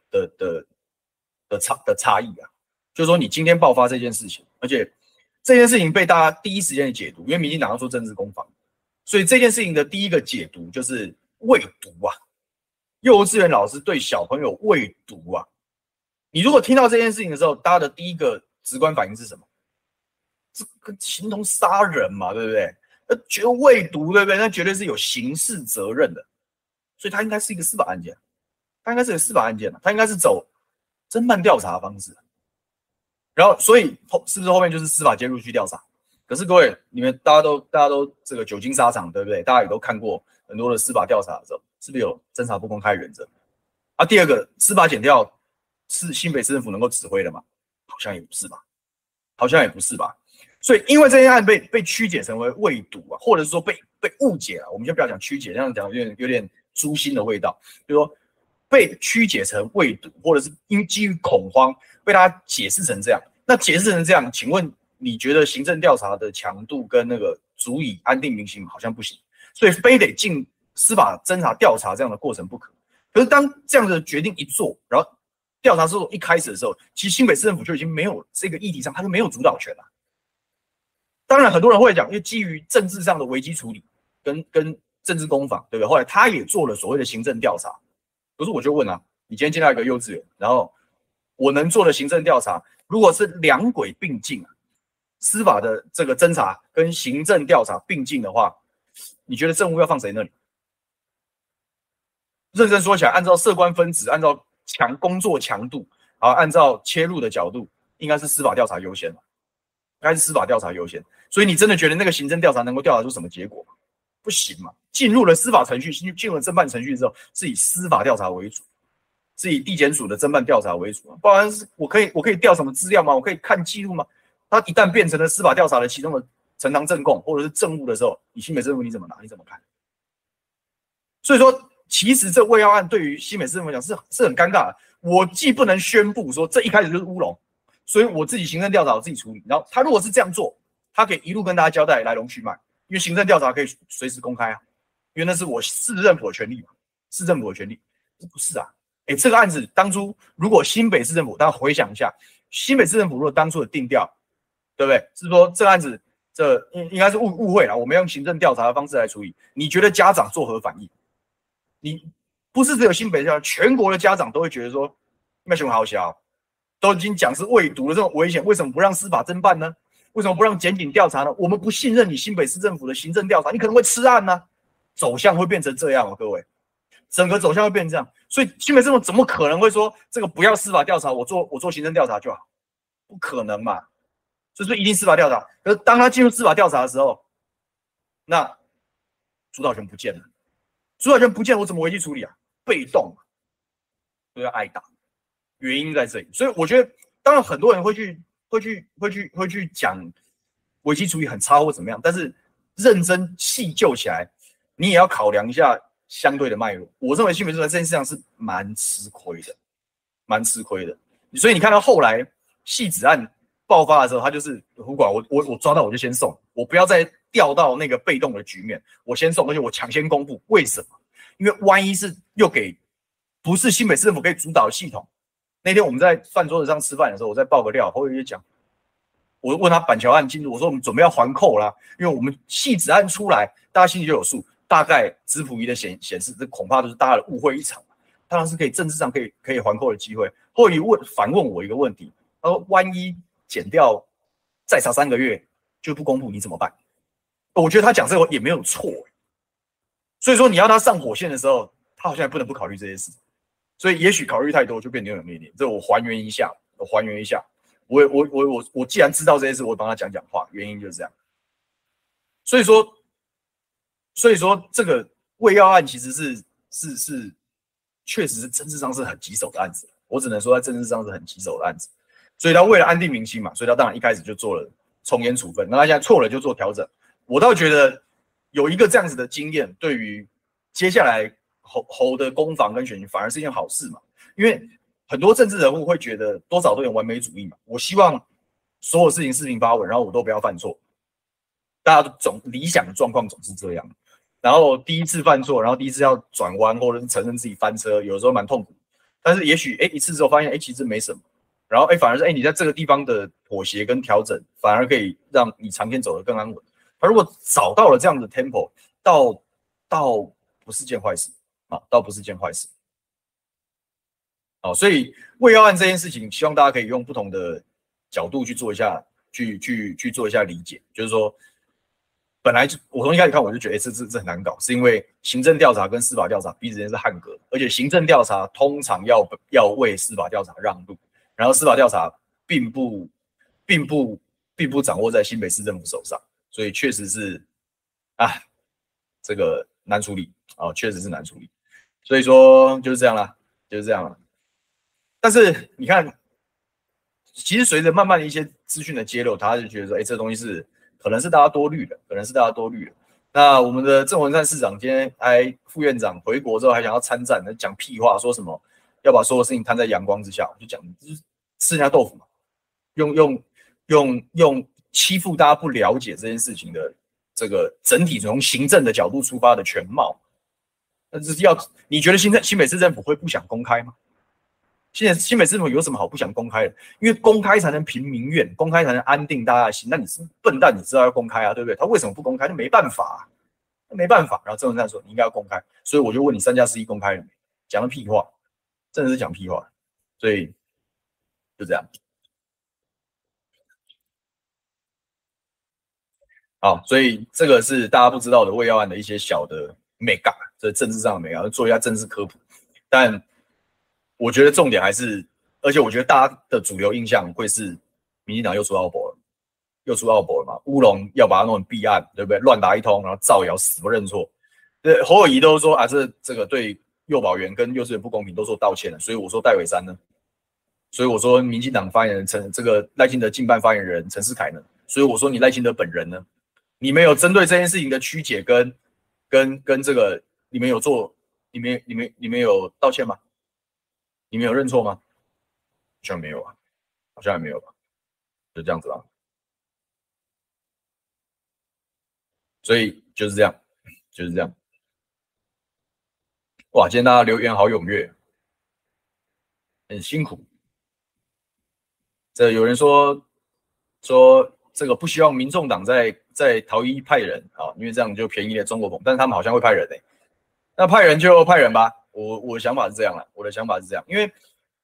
的差异啊，就是说你今天爆发这件事情，而且这件事情被大家第一时间的解读，因为民进党要说政治攻防，所以这件事情的第一个解读就是喂毒啊，幼稚园老师对小朋友喂毒啊。你如果听到这件事情的时候，大家的第一个直观反应是什么？这个形同杀人嘛，对不对？那觉得喂毒，对不对？那绝对是有刑事责任的，所以它应该是一个司法案件，它应该是个司法案件，它应该是走侦办调查的方式。然后，所以是不是后面就是司法介入去调查？可是各位，你们大家都这个久经沙场，对不对？大家也都看过很多的司法调查的时候，是不是有侦查不公开原则？啊，第二个，司法检调是新北市政府能够指挥的吗？好像也不是吧，好像也不是吧。所以，因为这件案被曲解成为喂毒啊，或者是说被误解了，我们就不要讲曲解，这样讲有点诛心的味道，就是说被曲解成喂毒，或者是因基于恐慌被大家解释成这样。那解释成这样，请问你觉得行政调查的强度跟那个足以安定民心好像不行，所以非得进司法侦查调查这样的过程不可。可是当这样的决定一做，然后调查之后一开始的时候，其实新北市政府就已经没有这个议题上，他就没有主导权了。当然，很多人会讲，因为基于政治上的危机处理跟政治攻防，对不对？后来他也做了所谓的行政调查。可是我就问啊，你今天进到一个幼稚园，然后我能做的行政调查，如果是两轨并进啊，司法的这个侦查跟行政调查并进的话，你觉得政务要放谁那里？认真说起来，按照社官分职，按照工作强度，啊，按照切入的角度，应该是司法调查优先嘛？应该是司法调查优先。所以你真的觉得那个行政调查能够调查出什么结果吗？不行嘛！进入了司法程序，进入了侦办程序之后，是以司法调查为主，是以地检署的侦办调查为主。不然是我可以调什么资料吗？我可以看记录吗？它一旦变成了司法调查的其中的呈堂证供或者是证物的时候，你新北市政府你怎么拿？你怎么看？所以说，其实这卫药案对于新北市政府讲是很尴尬的。我既不能宣布说这一开始就是乌龙，所以我自己行政调查我自己处理。然后他如果是这样做，他可以一路跟大家交代来龙去脉，因为行政调查可以随时公开啊，因为那是我市政府的权利嘛，市政府的权利。不是啊，这个案子当初如果新北市政府，大家回想一下，新北市政府如果当初的定调，对不对？是说这个案子这应该是误会了，我们用行政调查的方式来处理。你觉得家长作何反应？你不是只有新北市，全国的家长都会觉得说，那熊好小，都已经讲是喂毒的这种危险，为什么不让司法侦办呢？为什么不让检警调查呢？我们不信任你新北市政府的行政调查，你可能会吃案呢，走向会变成这样哦，各位，整个走向会变成这样。所以新北市政府怎么可能会说这个不要司法调查，我做行政调查就好？不可能嘛！所以说一定司法调查。可是当他进入司法调查的时候，那主导权不见了。主导权不见，我怎么危机处理啊？被动，都要挨打，原因在这里。所以我觉得，当然很多人会去讲危机处理很差或怎么样，但是认真细究起来，你也要考量一下相对的脉络。我认为新北市在这件事上是蛮吃亏的，所以你看到后来戏子案爆发的时候，他就是不管我抓到我就先送，我不要再掉到那个被动的局面，我先送，而且我抢先公布。为什么？因为万一是又给不是新北市政府可以主导的系统， 那天我们在饭桌子上吃饭的时候，我在爆个料，侯友宜讲，我问他板桥案进度，我说我们准备要还扣啦，因为我们细子案出来，大家心里就有数，大概质谱仪的显示，这恐怕都是大家的误会一场，当然是可以政治上可以还扣的机会。侯友宜反问我一个问题，他说万一减掉再查3个月就不公布，你怎么办？我觉得他讲这个也没有错，所以说你要他上火线的时候，他好像也不能不考虑这些事。所以也许考虑太多就变扭扭捏捏，这我还原一下，我既然知道这些事，我帮他讲话，原因就是这样。所以说这个卫药案其实是确实是政治上是很棘手的案子，我只能说在政治上是很棘手的案子。所以他为了安定民心嘛，所以他当然一开始就做了从严处分，那他现在错了就做调整。我倒觉得有一个这样子的经验，对于接下来侯的攻防跟选情反而是一件好事嘛，因为很多政治人物会觉得多少都有完美主义嘛，我希望所有事情四平八稳，然后我都不要犯错，大家总理想的状况总是这样，然后第一次犯错，然后第一次要转弯或者是承认自己翻车，有的时候蛮痛苦，但是也许一次之后发现其实没什么，然后反而是你在这个地方的妥协跟调整，反而可以让你长天走得更安稳。而如果找到了这样的 tempo， 倒不是件坏事。倒不是件坏事。所以卫药案这件事情，希望大家可以用不同的角度去做一下，去做一下理解。就是说，本来我从一开始看我就觉得，这很难搞，是因为行政调查跟司法调查彼此之间是汉格，而且行政调查通常要为司法调查让路，然后司法调查并不掌握在新北市政府手上，所以确实是这个难处理确实是难处理。所以说就是这样啦，但是你看，其实随着慢慢的一些资讯的揭露，他就觉得说，这东西可能是大家多虑了，那我们的郑文灿市长今天副院长回国之后还想要参战，讲屁话，说什么要把所有事情摊在阳光之下，我就讲就是吃人家豆腐嘛，用欺负大家不了解这件事情的这个整体从行政的角度出发的全貌。你觉得新北市政府会不想公开吗？新北市政府有什么好不想公开的？因为公开才能平民怨，公开才能安定大家的心。那你是笨蛋，你知道要公开啊，对不对？他为什么不公开？那没办法，然后郑文灿说你应该要公开，所以我就问你3+1公开了没？讲了屁话，真的是讲屁话。所以就这样。好，所以这个是大家不知道的卫药案的一些小的美感，这政治上的美感，做一下政治科普。但我觉得重点还是，而且我觉得大家的主流印象会是民进党又出奥博了嘛，乌龙要把它弄成弊案，对不对？乱打一通，然后造谣死不认错。侯友宜都说这个对幼保员跟幼稚园不公平，都说道歉了。所以我说戴伟山呢，所以我说民进党发言人这个赖清德竞办发言人陈世凯呢，所以我说你赖清德本人呢，你们有针对这件事情的曲解跟这个你们有做，你们有道歉吗？你们有认错吗？好像没有啊，好像也没有吧，就这样子吧。所以就是这样，哇，今天大家留言好踊跃，很辛苦。这有人说这个不希望民众党在桃园派人因为这样就便宜了中国捧，但是他们好像会派人那派人就派人吧。我的想法是这样啦，因为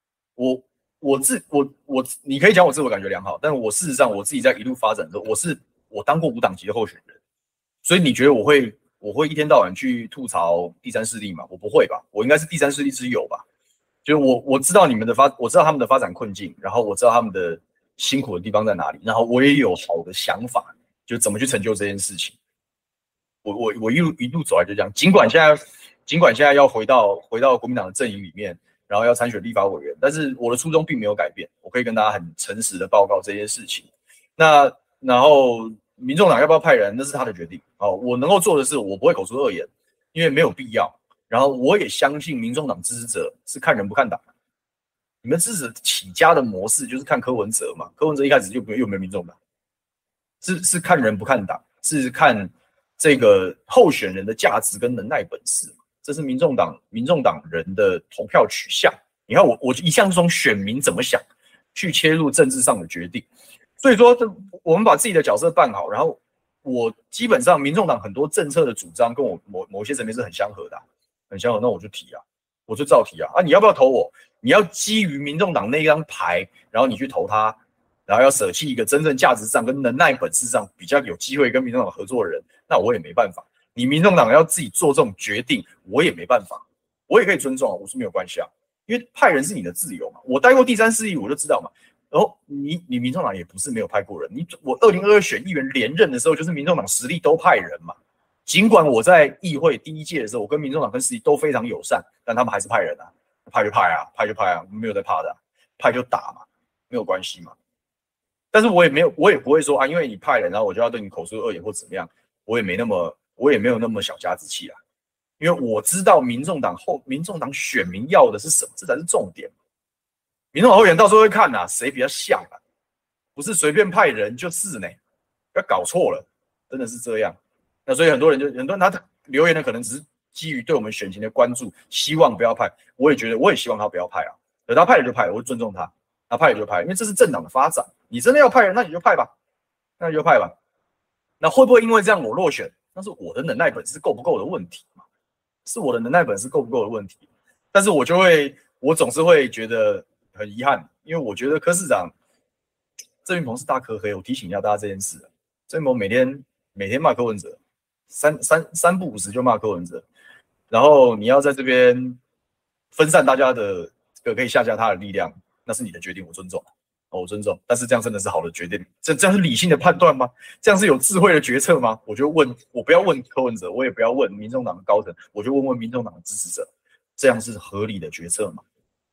你可以讲我自我感觉良好，但我事实上我自己在一路发展的时候，我当过无党籍的候选人，所以你觉得我会一天到晚去吐槽第三势力吗？我不会吧，我应该是第三势力之友吧。就是我知道我知道他们的发展困境，然后我知道他们的辛苦的地方在哪里，然后我也有好的想法，就怎么去成就这件事情。我一路走来就这样，尽管现在要回到国民党的阵营里面，然后要参选立法委员，但是我的初衷并没有改变，我可以跟大家很诚实的报告这件事情。然后民众党要不要派人，那是他的决定。我能够做的是，我不会口出恶言，因为没有必要。然后我也相信民众党支持者是看人不看党，你们支持起家的模式就是看柯文哲嘛，柯文哲一开始就又没有民众党，是看人不看党，是看这个候选人的价值跟能耐本事，这是民众党人的投票取向， 你看我一向是从选民怎么想去切入政治上的决定，所以说我们把自己的角色办好，然后我基本上民众党很多政策的主张跟我某些层面是很相合的、很相合，那我就提啊，我就照提啊，你要不要投我？你要基于民众党那张牌，然后你去投他，然后要舍弃一个真正价值上跟能耐本事上比较有机会跟民众党合作的人，那我也没办法。你民众党要自己做这种决定，我也没办法，我也可以尊重，我是没有关系啊，因为派人是你的自由嘛。我待过第三势力，我就知道嘛。然后你民众党也不是没有派过人，我2022选议员连任的时候，就是民众党实力都派人嘛。尽管我在议会第一届的时候，我跟民众党跟实力都非常友善，但他们还是派人啊，派就派啊，派就派啊，没有在怕的、啊，派就打嘛，没有关系嘛。但是我也不会说啊，因为你派人，然后我就要对你口出恶言或怎么样，我也没有那么小家子气啊。因为我知道民众党选民要的是什么，这才是重点。民众党候选人到时候会看啊，谁比较像啊，不是随便派人就是呢，不要搞错了，真的是这样。那所以很多人他留言的可能只是基于对我们选情的关注，希望不要派。我也希望他不要派啊，可他派了就派了，我尊重他，他派了就派，因为这是政党的发展。你真的要派人，那你就派吧，那你就派吧。那会不会因为这样我落选？那是我的能耐本事够不够的问题嘛，是我的能耐本事够不够的问题。但是我总是会觉得很遗憾，因为我觉得柯市长郑运鹏是大科黑，我提醒一下大家这件事。郑运鹏每天骂柯文哲，三不五时就骂柯文哲，然后你要在这边分散大家的这个可以下架他的力量，那是你的决定，我尊重。我尊重，但是这样真的是好的决定？这样是理性的判断吗？这样是有智慧的决策吗？我不要问柯文哲，我也不要问民众党的高层，我就问民众党的支持者，这样是合理的决策吗？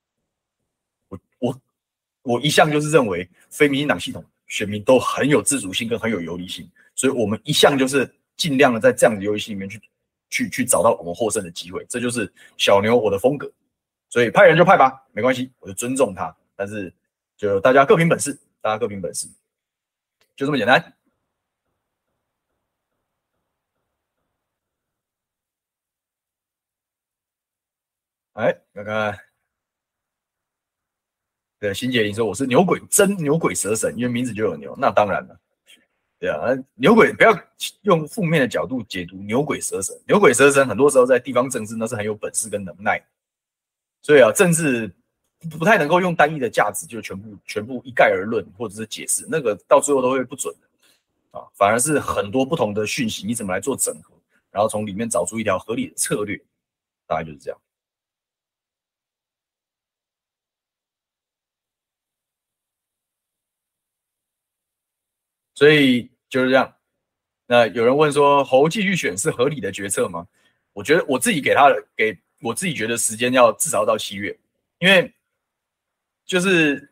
我一向就是认为非民进党系统选民都很有自主性跟很有游离性，所以我们一向就是尽量的在这样的游离性里面去找到我们获胜的机会，这就是小牛我的风格。所以派人就派吧，没关系，我就尊重他，但是就大家各凭本事，就这么简单。哎，看看，对，新杰林说我是牛鬼真牛鬼蛇神，因为名字就有牛，那当然了，对啊，牛鬼不要用负面的角度解读牛鬼蛇神，牛鬼蛇神很多时候在地方政治那是很有本事跟能耐，所以啊，政治不太能够用单一的价值就全部一概而论或者是解释，那个到最后都会不准的啊，反而是很多不同的讯息，你怎么来做整合，然后从里面找出一条合理的策略，大概就是这样。所以就是这样。那有人问说，侯继续选是合理的决策吗？我觉得我自己给我自己觉得时间要至少到7月，因为就是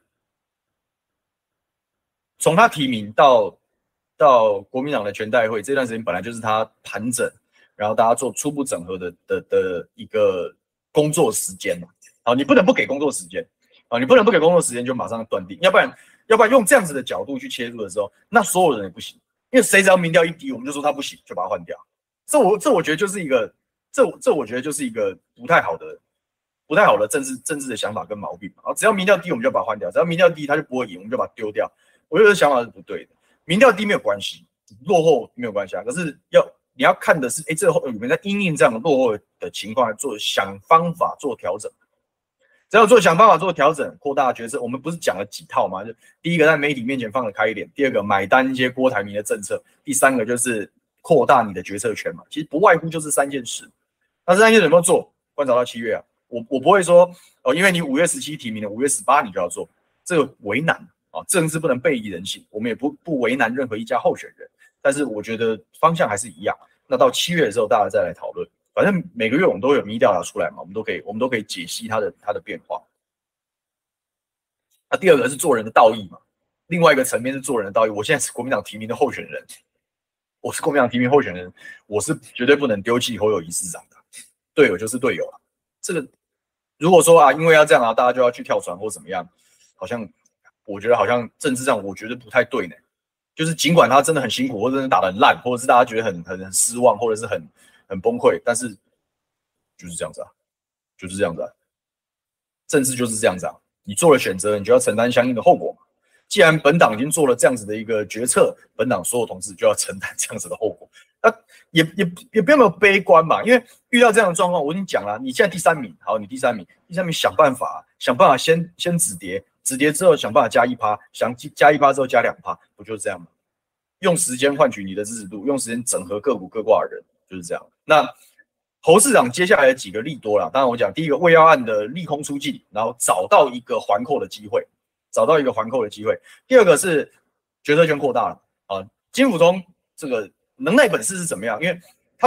从他提名到国民党的全代会这段时间，本来就是他盘整，然后大家做初步整合的一个工作时间嘛。好，你不能不给工作时间啊，你不能不给工作时间就马上断定，要不然用这样子的角度去切入的时候，那所有人也不行，因为谁只要民调一低，我们就说他不行，就把他换掉。这我觉得就是一个我觉得就是一个不太好的政治的想法跟毛病嘛。只要民调低，我们就把它换掉；只要民调低，他就不会赢，我们就把它丢掉。我觉得想法是不对的。民调低没有关系，落后没有关系啊。可是你要看的是，这有没有在因应这样的落后的情况来想方法做调整。只要想办法做调整，扩大决策。我们不是讲了几套吗？就第一个在媒体面前放得开一点，第二个买单一些郭台铭的政策，第三个就是扩大你的决策权嘛。其实不外乎就是3件事。那这3件事有没有做？观察到7月啊，我不会说因为你5月17提名了，5月18你就要做，这个为难啊。政治不能背离人性，我们也不为难任何一家候选人。但是我觉得方向还是一样。那到7月的时候，大家再来讨论。反正每个月我们都有民调拿出来嘛，我们都可以解析它的变化。那第二个是做人的道义嘛，另外一个层面是做人的道义。我现在是国民党提名的候选人，我是绝对不能丢弃侯友宜市长的，队友就是队友了。这个如果说因为要这样大家就要去跳船或怎么样，我觉得好像政治上我觉得不太对呢。就是尽管他真的很辛苦，或者是打得很烂，或者是大家觉得很失望，或者是很崩溃，但是就是这样子啊，就是这样子啊。 政治就是这样子啊，你做了选择，你就要承担相应的后果嘛。既然本党已经做了这样子的一个决策，本党所有同志就要承担这样子的后果。那也不要那么悲观嘛，因为遇到这样的状况，我已经讲了，你现在第3名，好，你第三名想办法先止跌，止跌之后想办法加1%，想加1%之后加2%，不就是这样吗？用时间换取你的支持度，用时间整合各股各挂的人，就是这样。那侯市长接下来的几个利多啦，当然我讲第一个卫药案的利空出尽，然后找到一个还扣的机会。第二个是决策圈扩大了啊，金溥聪这个能耐本事是怎么样？因为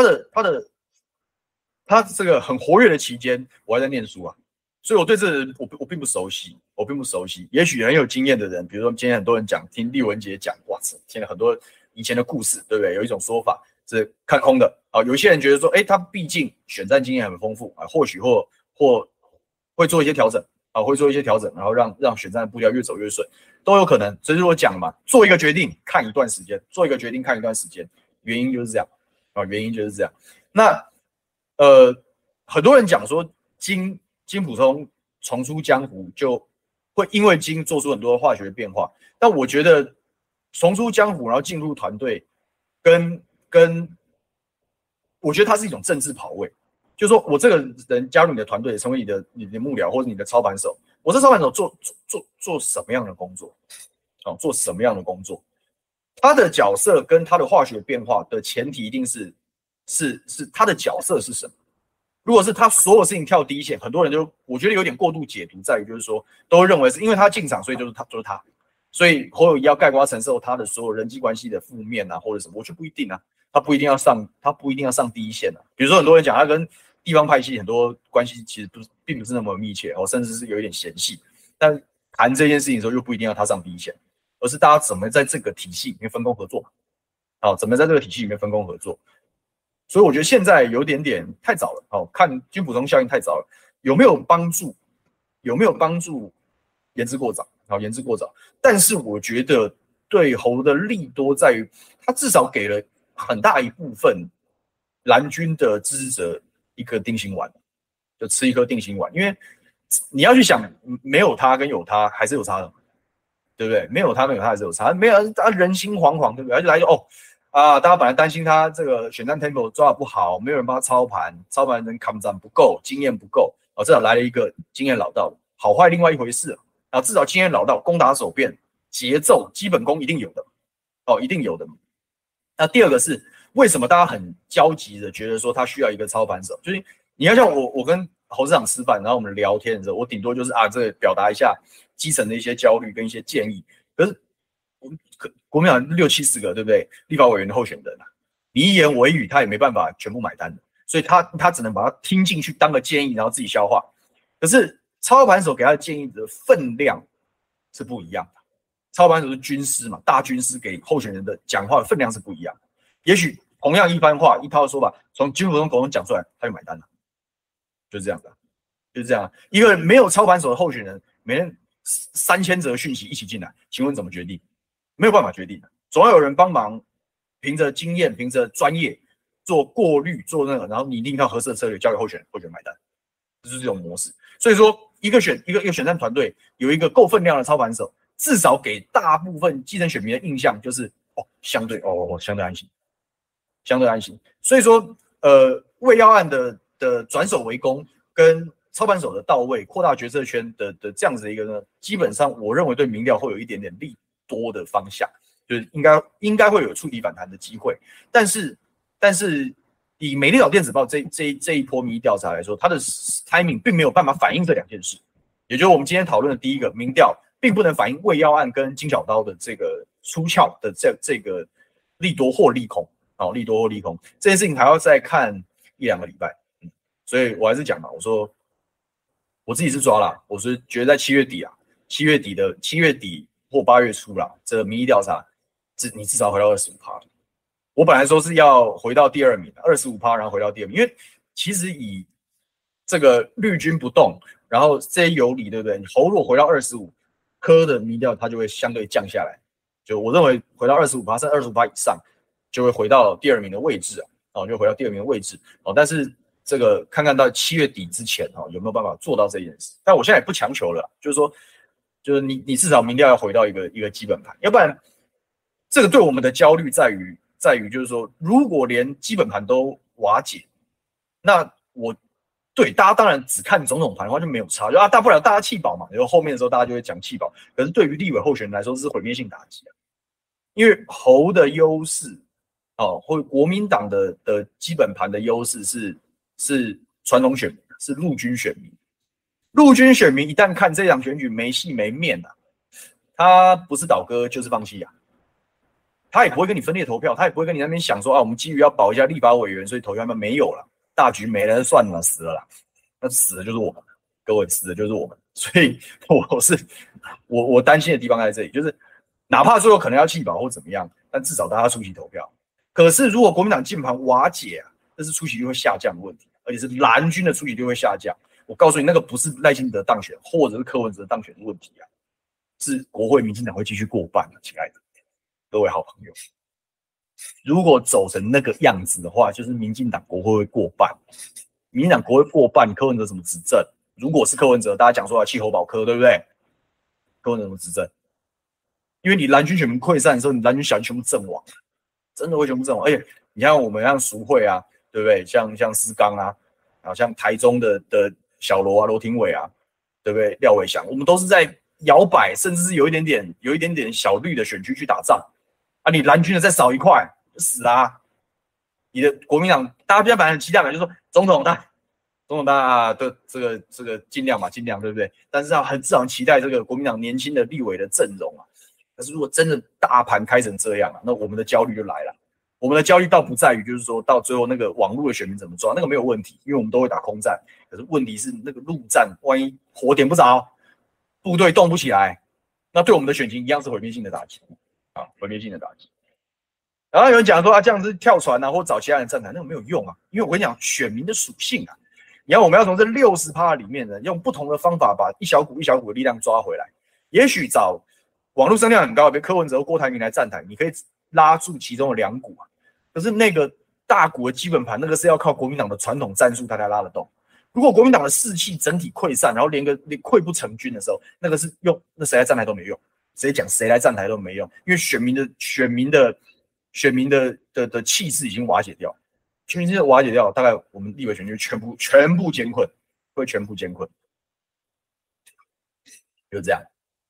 他这个很活跃的期间，我还在念书啊，所以我对这个人我并不熟悉，也许很有经验的人，比如说今天很多人听立文杰讲，哇塞，听了很多以前的故事，对不对？有一种说法是看空的啊，有些人觉得说，他毕竟选战经验很丰富啊，或许或会做一些调整。然后让选战的步调越走越顺，都有可能。所以我讲嘛，做一个决定看一段时间，原因就是这样啊，那很多人讲说金溥聪重出江湖，就会因为金做出很多化学变化，但我觉得重出江湖然后进入团队，跟我觉得它是一种政治跑位。就是说我这个人加入你的团队，成为你的幕僚或者你的操盘手，我这操盘手做什么样的工作？做什么样的工作？他的角色跟他的化学变化的前提一定是他的角色是什么？如果是他所有事情跳第一线，很多人就我觉得有点过度解读，在于就是说都认为是因为他进场，所以就是他，所以侯友宜要概括承受他的所有人际关系的负面啊，或者什么，我觉得不一定啊，他不一定要上第一线啊。比如说很多人讲他跟地方派系很多关系其实并不是那么密切哦，甚至是有一点嫌隙。但谈这件事情的时候，又不一定要他上第一线，而是大家怎么在这个体系里面分工合作嘛？怎么在这个体系里面分工合作？所以我觉得现在有点太早了，看金溥聪效应太早了，有没有帮助？言之过早。但是我觉得对侯的利多在于，他至少给了很大一部分蓝军的支持者一颗定心丸，就吃一颗定心丸。因为你要去想，没有他跟有他还是有差的，对不对？没有他跟有他还是有差，没有他人心惶惶，对不对？而且来说大家本来担心他这个选战 tempo 抓得不好，没有人帮他操盘人抗战不够，经验不够，至少来了一个经验老道，好坏另外一回事啊，至少经验老道，攻打手变，节奏基本功一定有的，一定有的。那第二个是为什么大家很焦急的觉得说他需要一个操盘手？就是你要像我跟侯市长吃饭，然后我们聊天的时候，我顶多就是这个表达一下基层的一些焦虑跟一些建议。可是国民党60-70个，对不对？立法委员的候选人你一言我一语，他也没办法全部买单的，所以他只能把它听进去当个建议，然后自己消化。可是操盘手给他的建议的分量是不一样的。操盘手是军师嘛，大军师给候选人的讲话的分量是不一样的。也许同样一番话，一套说法，从金溥聪口中讲出来，他就买单了，就是这样的，就是这样。一个没有操盘手的候选人，每天3000则讯息一起进来，请问怎么决定？没有办法决定的，总要有人帮忙，凭着经验，凭着专业做过滤，做那个，然后拟定一套合适的策略，交给候选人买单，这就是这种模式。所以说，一个选战团队有一个够分量的操盘手，至少给大部分基层选民的印象就是相对安心。所以说，卫药案的转守为攻跟操盘手的到位，扩大决策圈的这样子的一个呢，基本上我認為对民調會有一點利多的方向，就是應該會有觸底反彈的機會。但是以美麗島電子報這一波民意調查來說，它的 timing 並沒有辦法反映這兩件事，也就是我們今天討論的第一個民調，並不能反映衛藥案跟金小刀的這個出鞘的這個利多或利空。利多或利空這件事情還要再看1-2個禮拜，所以我還是講嘛，我說我自己是抓啦，我是覺得在7月底或8月初啦，這個民意調查你至少回到 25%。我本來說是要回到第2名 25%， 然後回到第2名，因為其實以這個綠軍不動，然後這些有理，對不對？你侯若回到25%，柯的民調它就會相對降下來，就我認為回到 25%， 甚至 25% 以上就會回到第2名的位置就回到第2名的位置但是这个看看到7月底之前有没有办法做到这件事。但我现在也不强求了，就是说，就是你至少民调要回到一个基本盘，要不然这个对我们的焦虑在于就是说，如果连基本盘都瓦解，那对大家当然只看总统盘的话就没有差，就大不了大家弃保嘛，然后后面的时候大家就会讲弃保。可是对于立委候选人来说，这是毁灭性打击啊，因为侯的优势或国民党的基本盘的优势是传统选民，是陆军选民。陆军选民一旦看这场选举没戏没面啊，他不是倒戈就是放弃啊。他也不会跟你分裂投票，他也不会跟你那边想说我们基于要保一下立法委员，所以投票没有了，大局没了，算了，死了啦，那死的就是我们，各位死的就是我们，所以我担心的地方在这里，就是哪怕最后可能要弃保或怎么样，但至少大家出席投票。可是如果国民党基本盘瓦解这是出席率会下降的问题，而且是蓝军的出席率会下降。我告诉你，那个不是赖清德当选或者是柯文哲当选的问题是国会民进党会继续过半亲爱的各位好朋友，如果走成那个样子的话，就是民进党国会会过半。民进党国会过半，柯文哲怎么执政？如果是柯文哲，大家讲说要弃侯保柯，对不对？柯文哲怎么执政？因为你蓝军选民溃散的时候，你蓝军小军全部阵亡，真的会全部阵亡。而且你看我们像淑慧对不对？像思刚像台中的小罗罗廷伟对不对？廖伟翔，我们都是在摇摆，甚至是有一点点小绿的选区去打仗。你蓝军的再少一块就死啦！你的国民党，大家比较反正很期待嘛，就是说总统大的这个尽量嘛，尽量对不对？但是很至少期待这个国民党年轻的立委的阵容可是如果真的大盘开成这样那我们的焦虑就来了。我们的焦虑倒不在于就是说到最后那个网络的选民怎么抓，那个没有问题，因为我们都会打空战。可是问题是那个陆战，万一火点不着，部队动不起来，那对我们的选情一样是毁灭性的打击。毁灭性的打击。然后有人讲说这样子跳船或找其他人站台，那个没有用因为我跟你讲选民的属性你看我们要从这60%里面呢，用不同的方法把一小股一小股的力量抓回来。也许找网络声量很高，比如柯文哲、郭台铭来站台，你可以拉住其中的2股可是那个大股的基本盘，那个是要靠国民党的传统战术，他才拉得动。如果国民党的士气整体溃散，然后连溃不成军的时候，那个是用那谁来站台都没用。谁讲谁来站台都没用，因为选民的气势已经瓦解掉，选民气势瓦解掉，大概我们立委选区全部艰困，会全部艰困，就这样。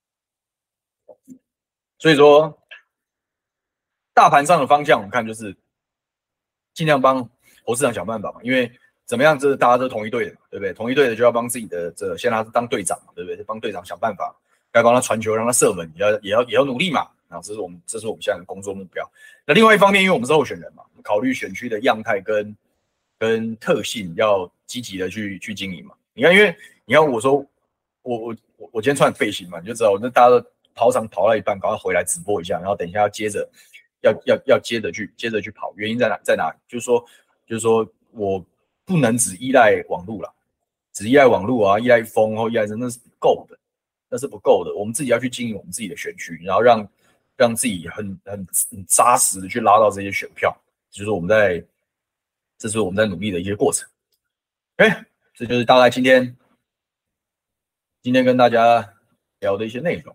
所以说，大盘上的方向我们看就是尽量帮侯市长想办法嘛，因为怎么样，这大家都同一队的，对不对？同一队的就要帮自己的先拿他当队长嘛，对不对？帮队长想办法。该帮他传球，让他射门，也要努力嘛。这是我们现在的工作目标。那另外一方面，因为我们是候选人嘛，考虑选区的样态跟特性，要积极的去经营嘛。你看，因为你看我说我今天穿背心嘛，你就知道，那大家都跑场跑到一半，赶快回来直播一下，然后等一下要接着去跑。原因在哪里？就是说我不能只依赖网络啦，只依赖网络依赖风或依赖真的是不够的。那是不够的，我们自己要去经营我们自己的选区，然后让自己很扎实的去拉到这些选票，这是我们在努力的一些过程。OK， 这就是大概今天跟大家聊的一些内容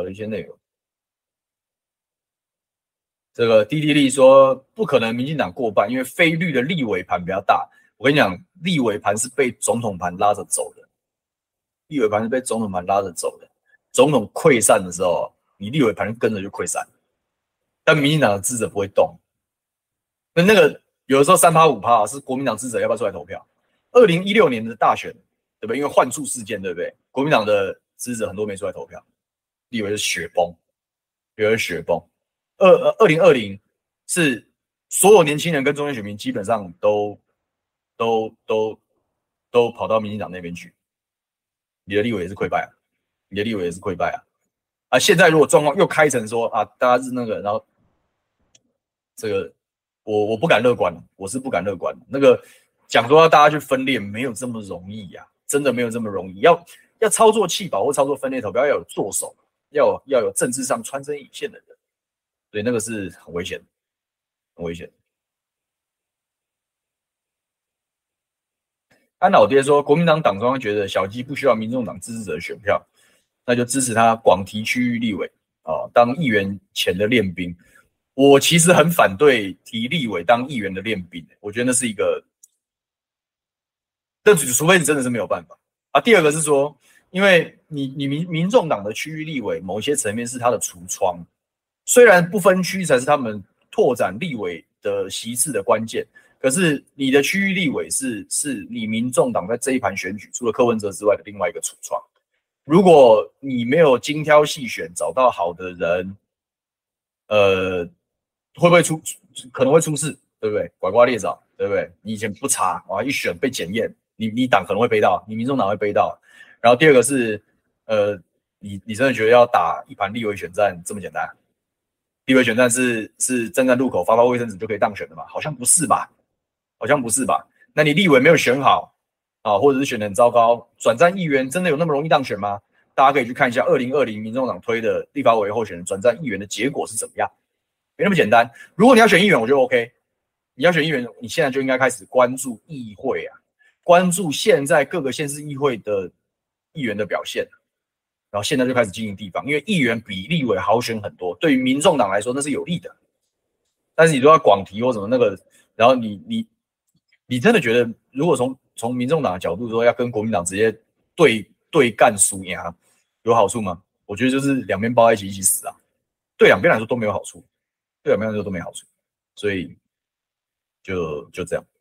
这个滴滴力说不可能民进党过半，因为非绿的立委盘比较大。我跟你讲，立委盘是被总统盘拉着走的。立委盘是被总统盘拉着走的，总统溃散的时候，你立委盘跟着就溃散，但民进党的支持不会动。那个有的时候3%、5%是国民党支持要不要出来投票？2016年的大选，对不对？因为换柱事件，对不对？国民党的支持很多没出来投票，立委是雪崩，立委是雪崩。2020是所有年轻人跟中间选民基本上都跑到民进党那边去。你的立委也是溃败现在如果状况又开成说大家是那个，然后这个我不敢乐观，我是不敢乐观。那个讲说要大家去分裂，没有这么容易真的没有这么容易。要操作弃保或操作分裂投票，要有作手，要有政治上穿针引线的人，所以那个是很危险，很危险。 安老爹说，国民党党中央觉得小鸡不需要民众党支持者的选票，那就支持他广提区域立委当议员前的练兵。我其实很反对提立委当议员的练兵，我觉得那是一个，但除非你真的是没有办法啊。第二个是说，因为你民众党的区域立委某一些层面是他的橱窗，虽然不分区才是他们拓展立委的席次的关键，可是你的区域立委是你民众党在这一盘选举除了柯文哲之外的另外一个橱窗。如果你没有精挑细选找到好的人，会不会可能会出事，对不对？拐瓜裂枣，对不对？你以前不查一选被检验，你党可能会背到，你民众党会背到。然后第二个是，你真的觉得要打一盘立委选战这么简单？立委选战是站在路口发卫生纸就可以当选的吗？好像不是吧？好像不是吧？那你立委没有选好或者是选得很糟糕，转战议员真的有那么容易当选吗？大家可以去看一下2020民众党推的立法委员候选人转战议员的结果是怎么样，没那么简单。如果你要选议员，我觉得 OK。你要选议员，你现在就应该开始关注议会关注现在各个县市议会的议员的表现，然后现在就开始经营地方，因为议员比立委好选很多，对于民众党来说那是有利的。但是你都要广提或什么那个，然后你真的觉得，如果从民众党的角度说要跟国民党直接对干输赢有好处吗？我觉得就是两边抱在一起死啊，对两边来说都没有好处，对两边来说都没好处，所以就这样。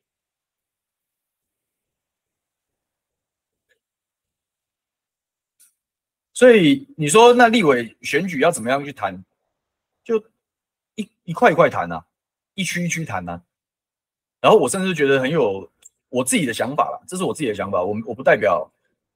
所以你说那立委选举要怎么样去谈？就一块一块谈一区一区谈然后我甚至觉得很有我自己的想法啦，这是我自己的想法，我不代表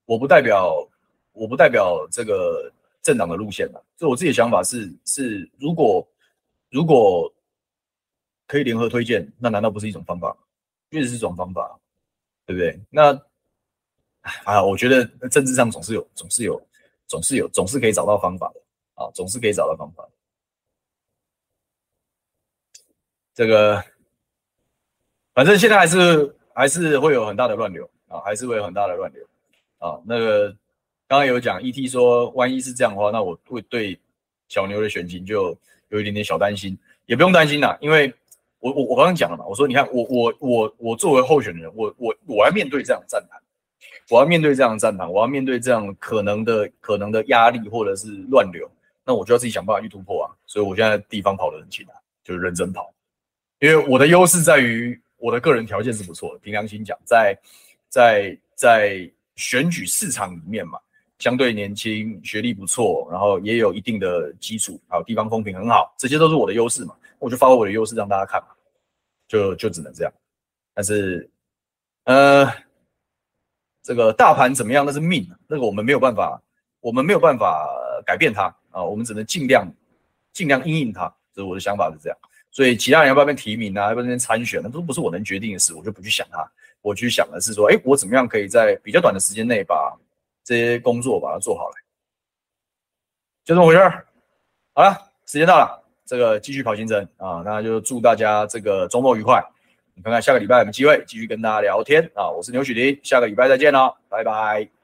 这个政党的路线啦，这我自己的想法是如果可以联合推荐，那难道不是一种方法吗？确实是一种方法，对不对？那我觉得政治上总是可以找到方法的总是可以找到方法。这个反正现在还是会有很大的乱流还是会有很大的乱流那个刚刚有讲 ET 说，万一是这样的话，那我会对小牛的选情就有一点点小担心，也不用担心啦，因为我刚刚讲了嘛，我说你看我作为候选人，我要面对这样的战盘，我要面对这样的战盘，我要面对这样可能的压力或者是乱流，那我就要自己想办法去突破所以我现在地方跑得很勤就是认真跑。因为我的优势在于我的个人条件是不错的，凭良心讲，在选举市场里面嘛，相对年轻，学历不错，然后也有一定的基础，还有地方风评很好，这些都是我的优势嘛，我就发挥我的优势让大家看嘛，就只能这样。但是这个大盘怎么样那是命，那个我们没有办法改变它我们只能尽量因应它，这是我的想法是这样。所以其他人要不要被提名要不要那边参选那都不是我能决定的事，我就不去想它。我去想的是说，我怎么样可以在比较短的时间内把这些工作把它做好来，就这么回事儿。好了，时间到了，这个继续跑行程那就祝大家这个周末愉快。你看看下个礼拜有没有机会继续跟大家聊天我是牛许林，下个礼拜再见拜拜。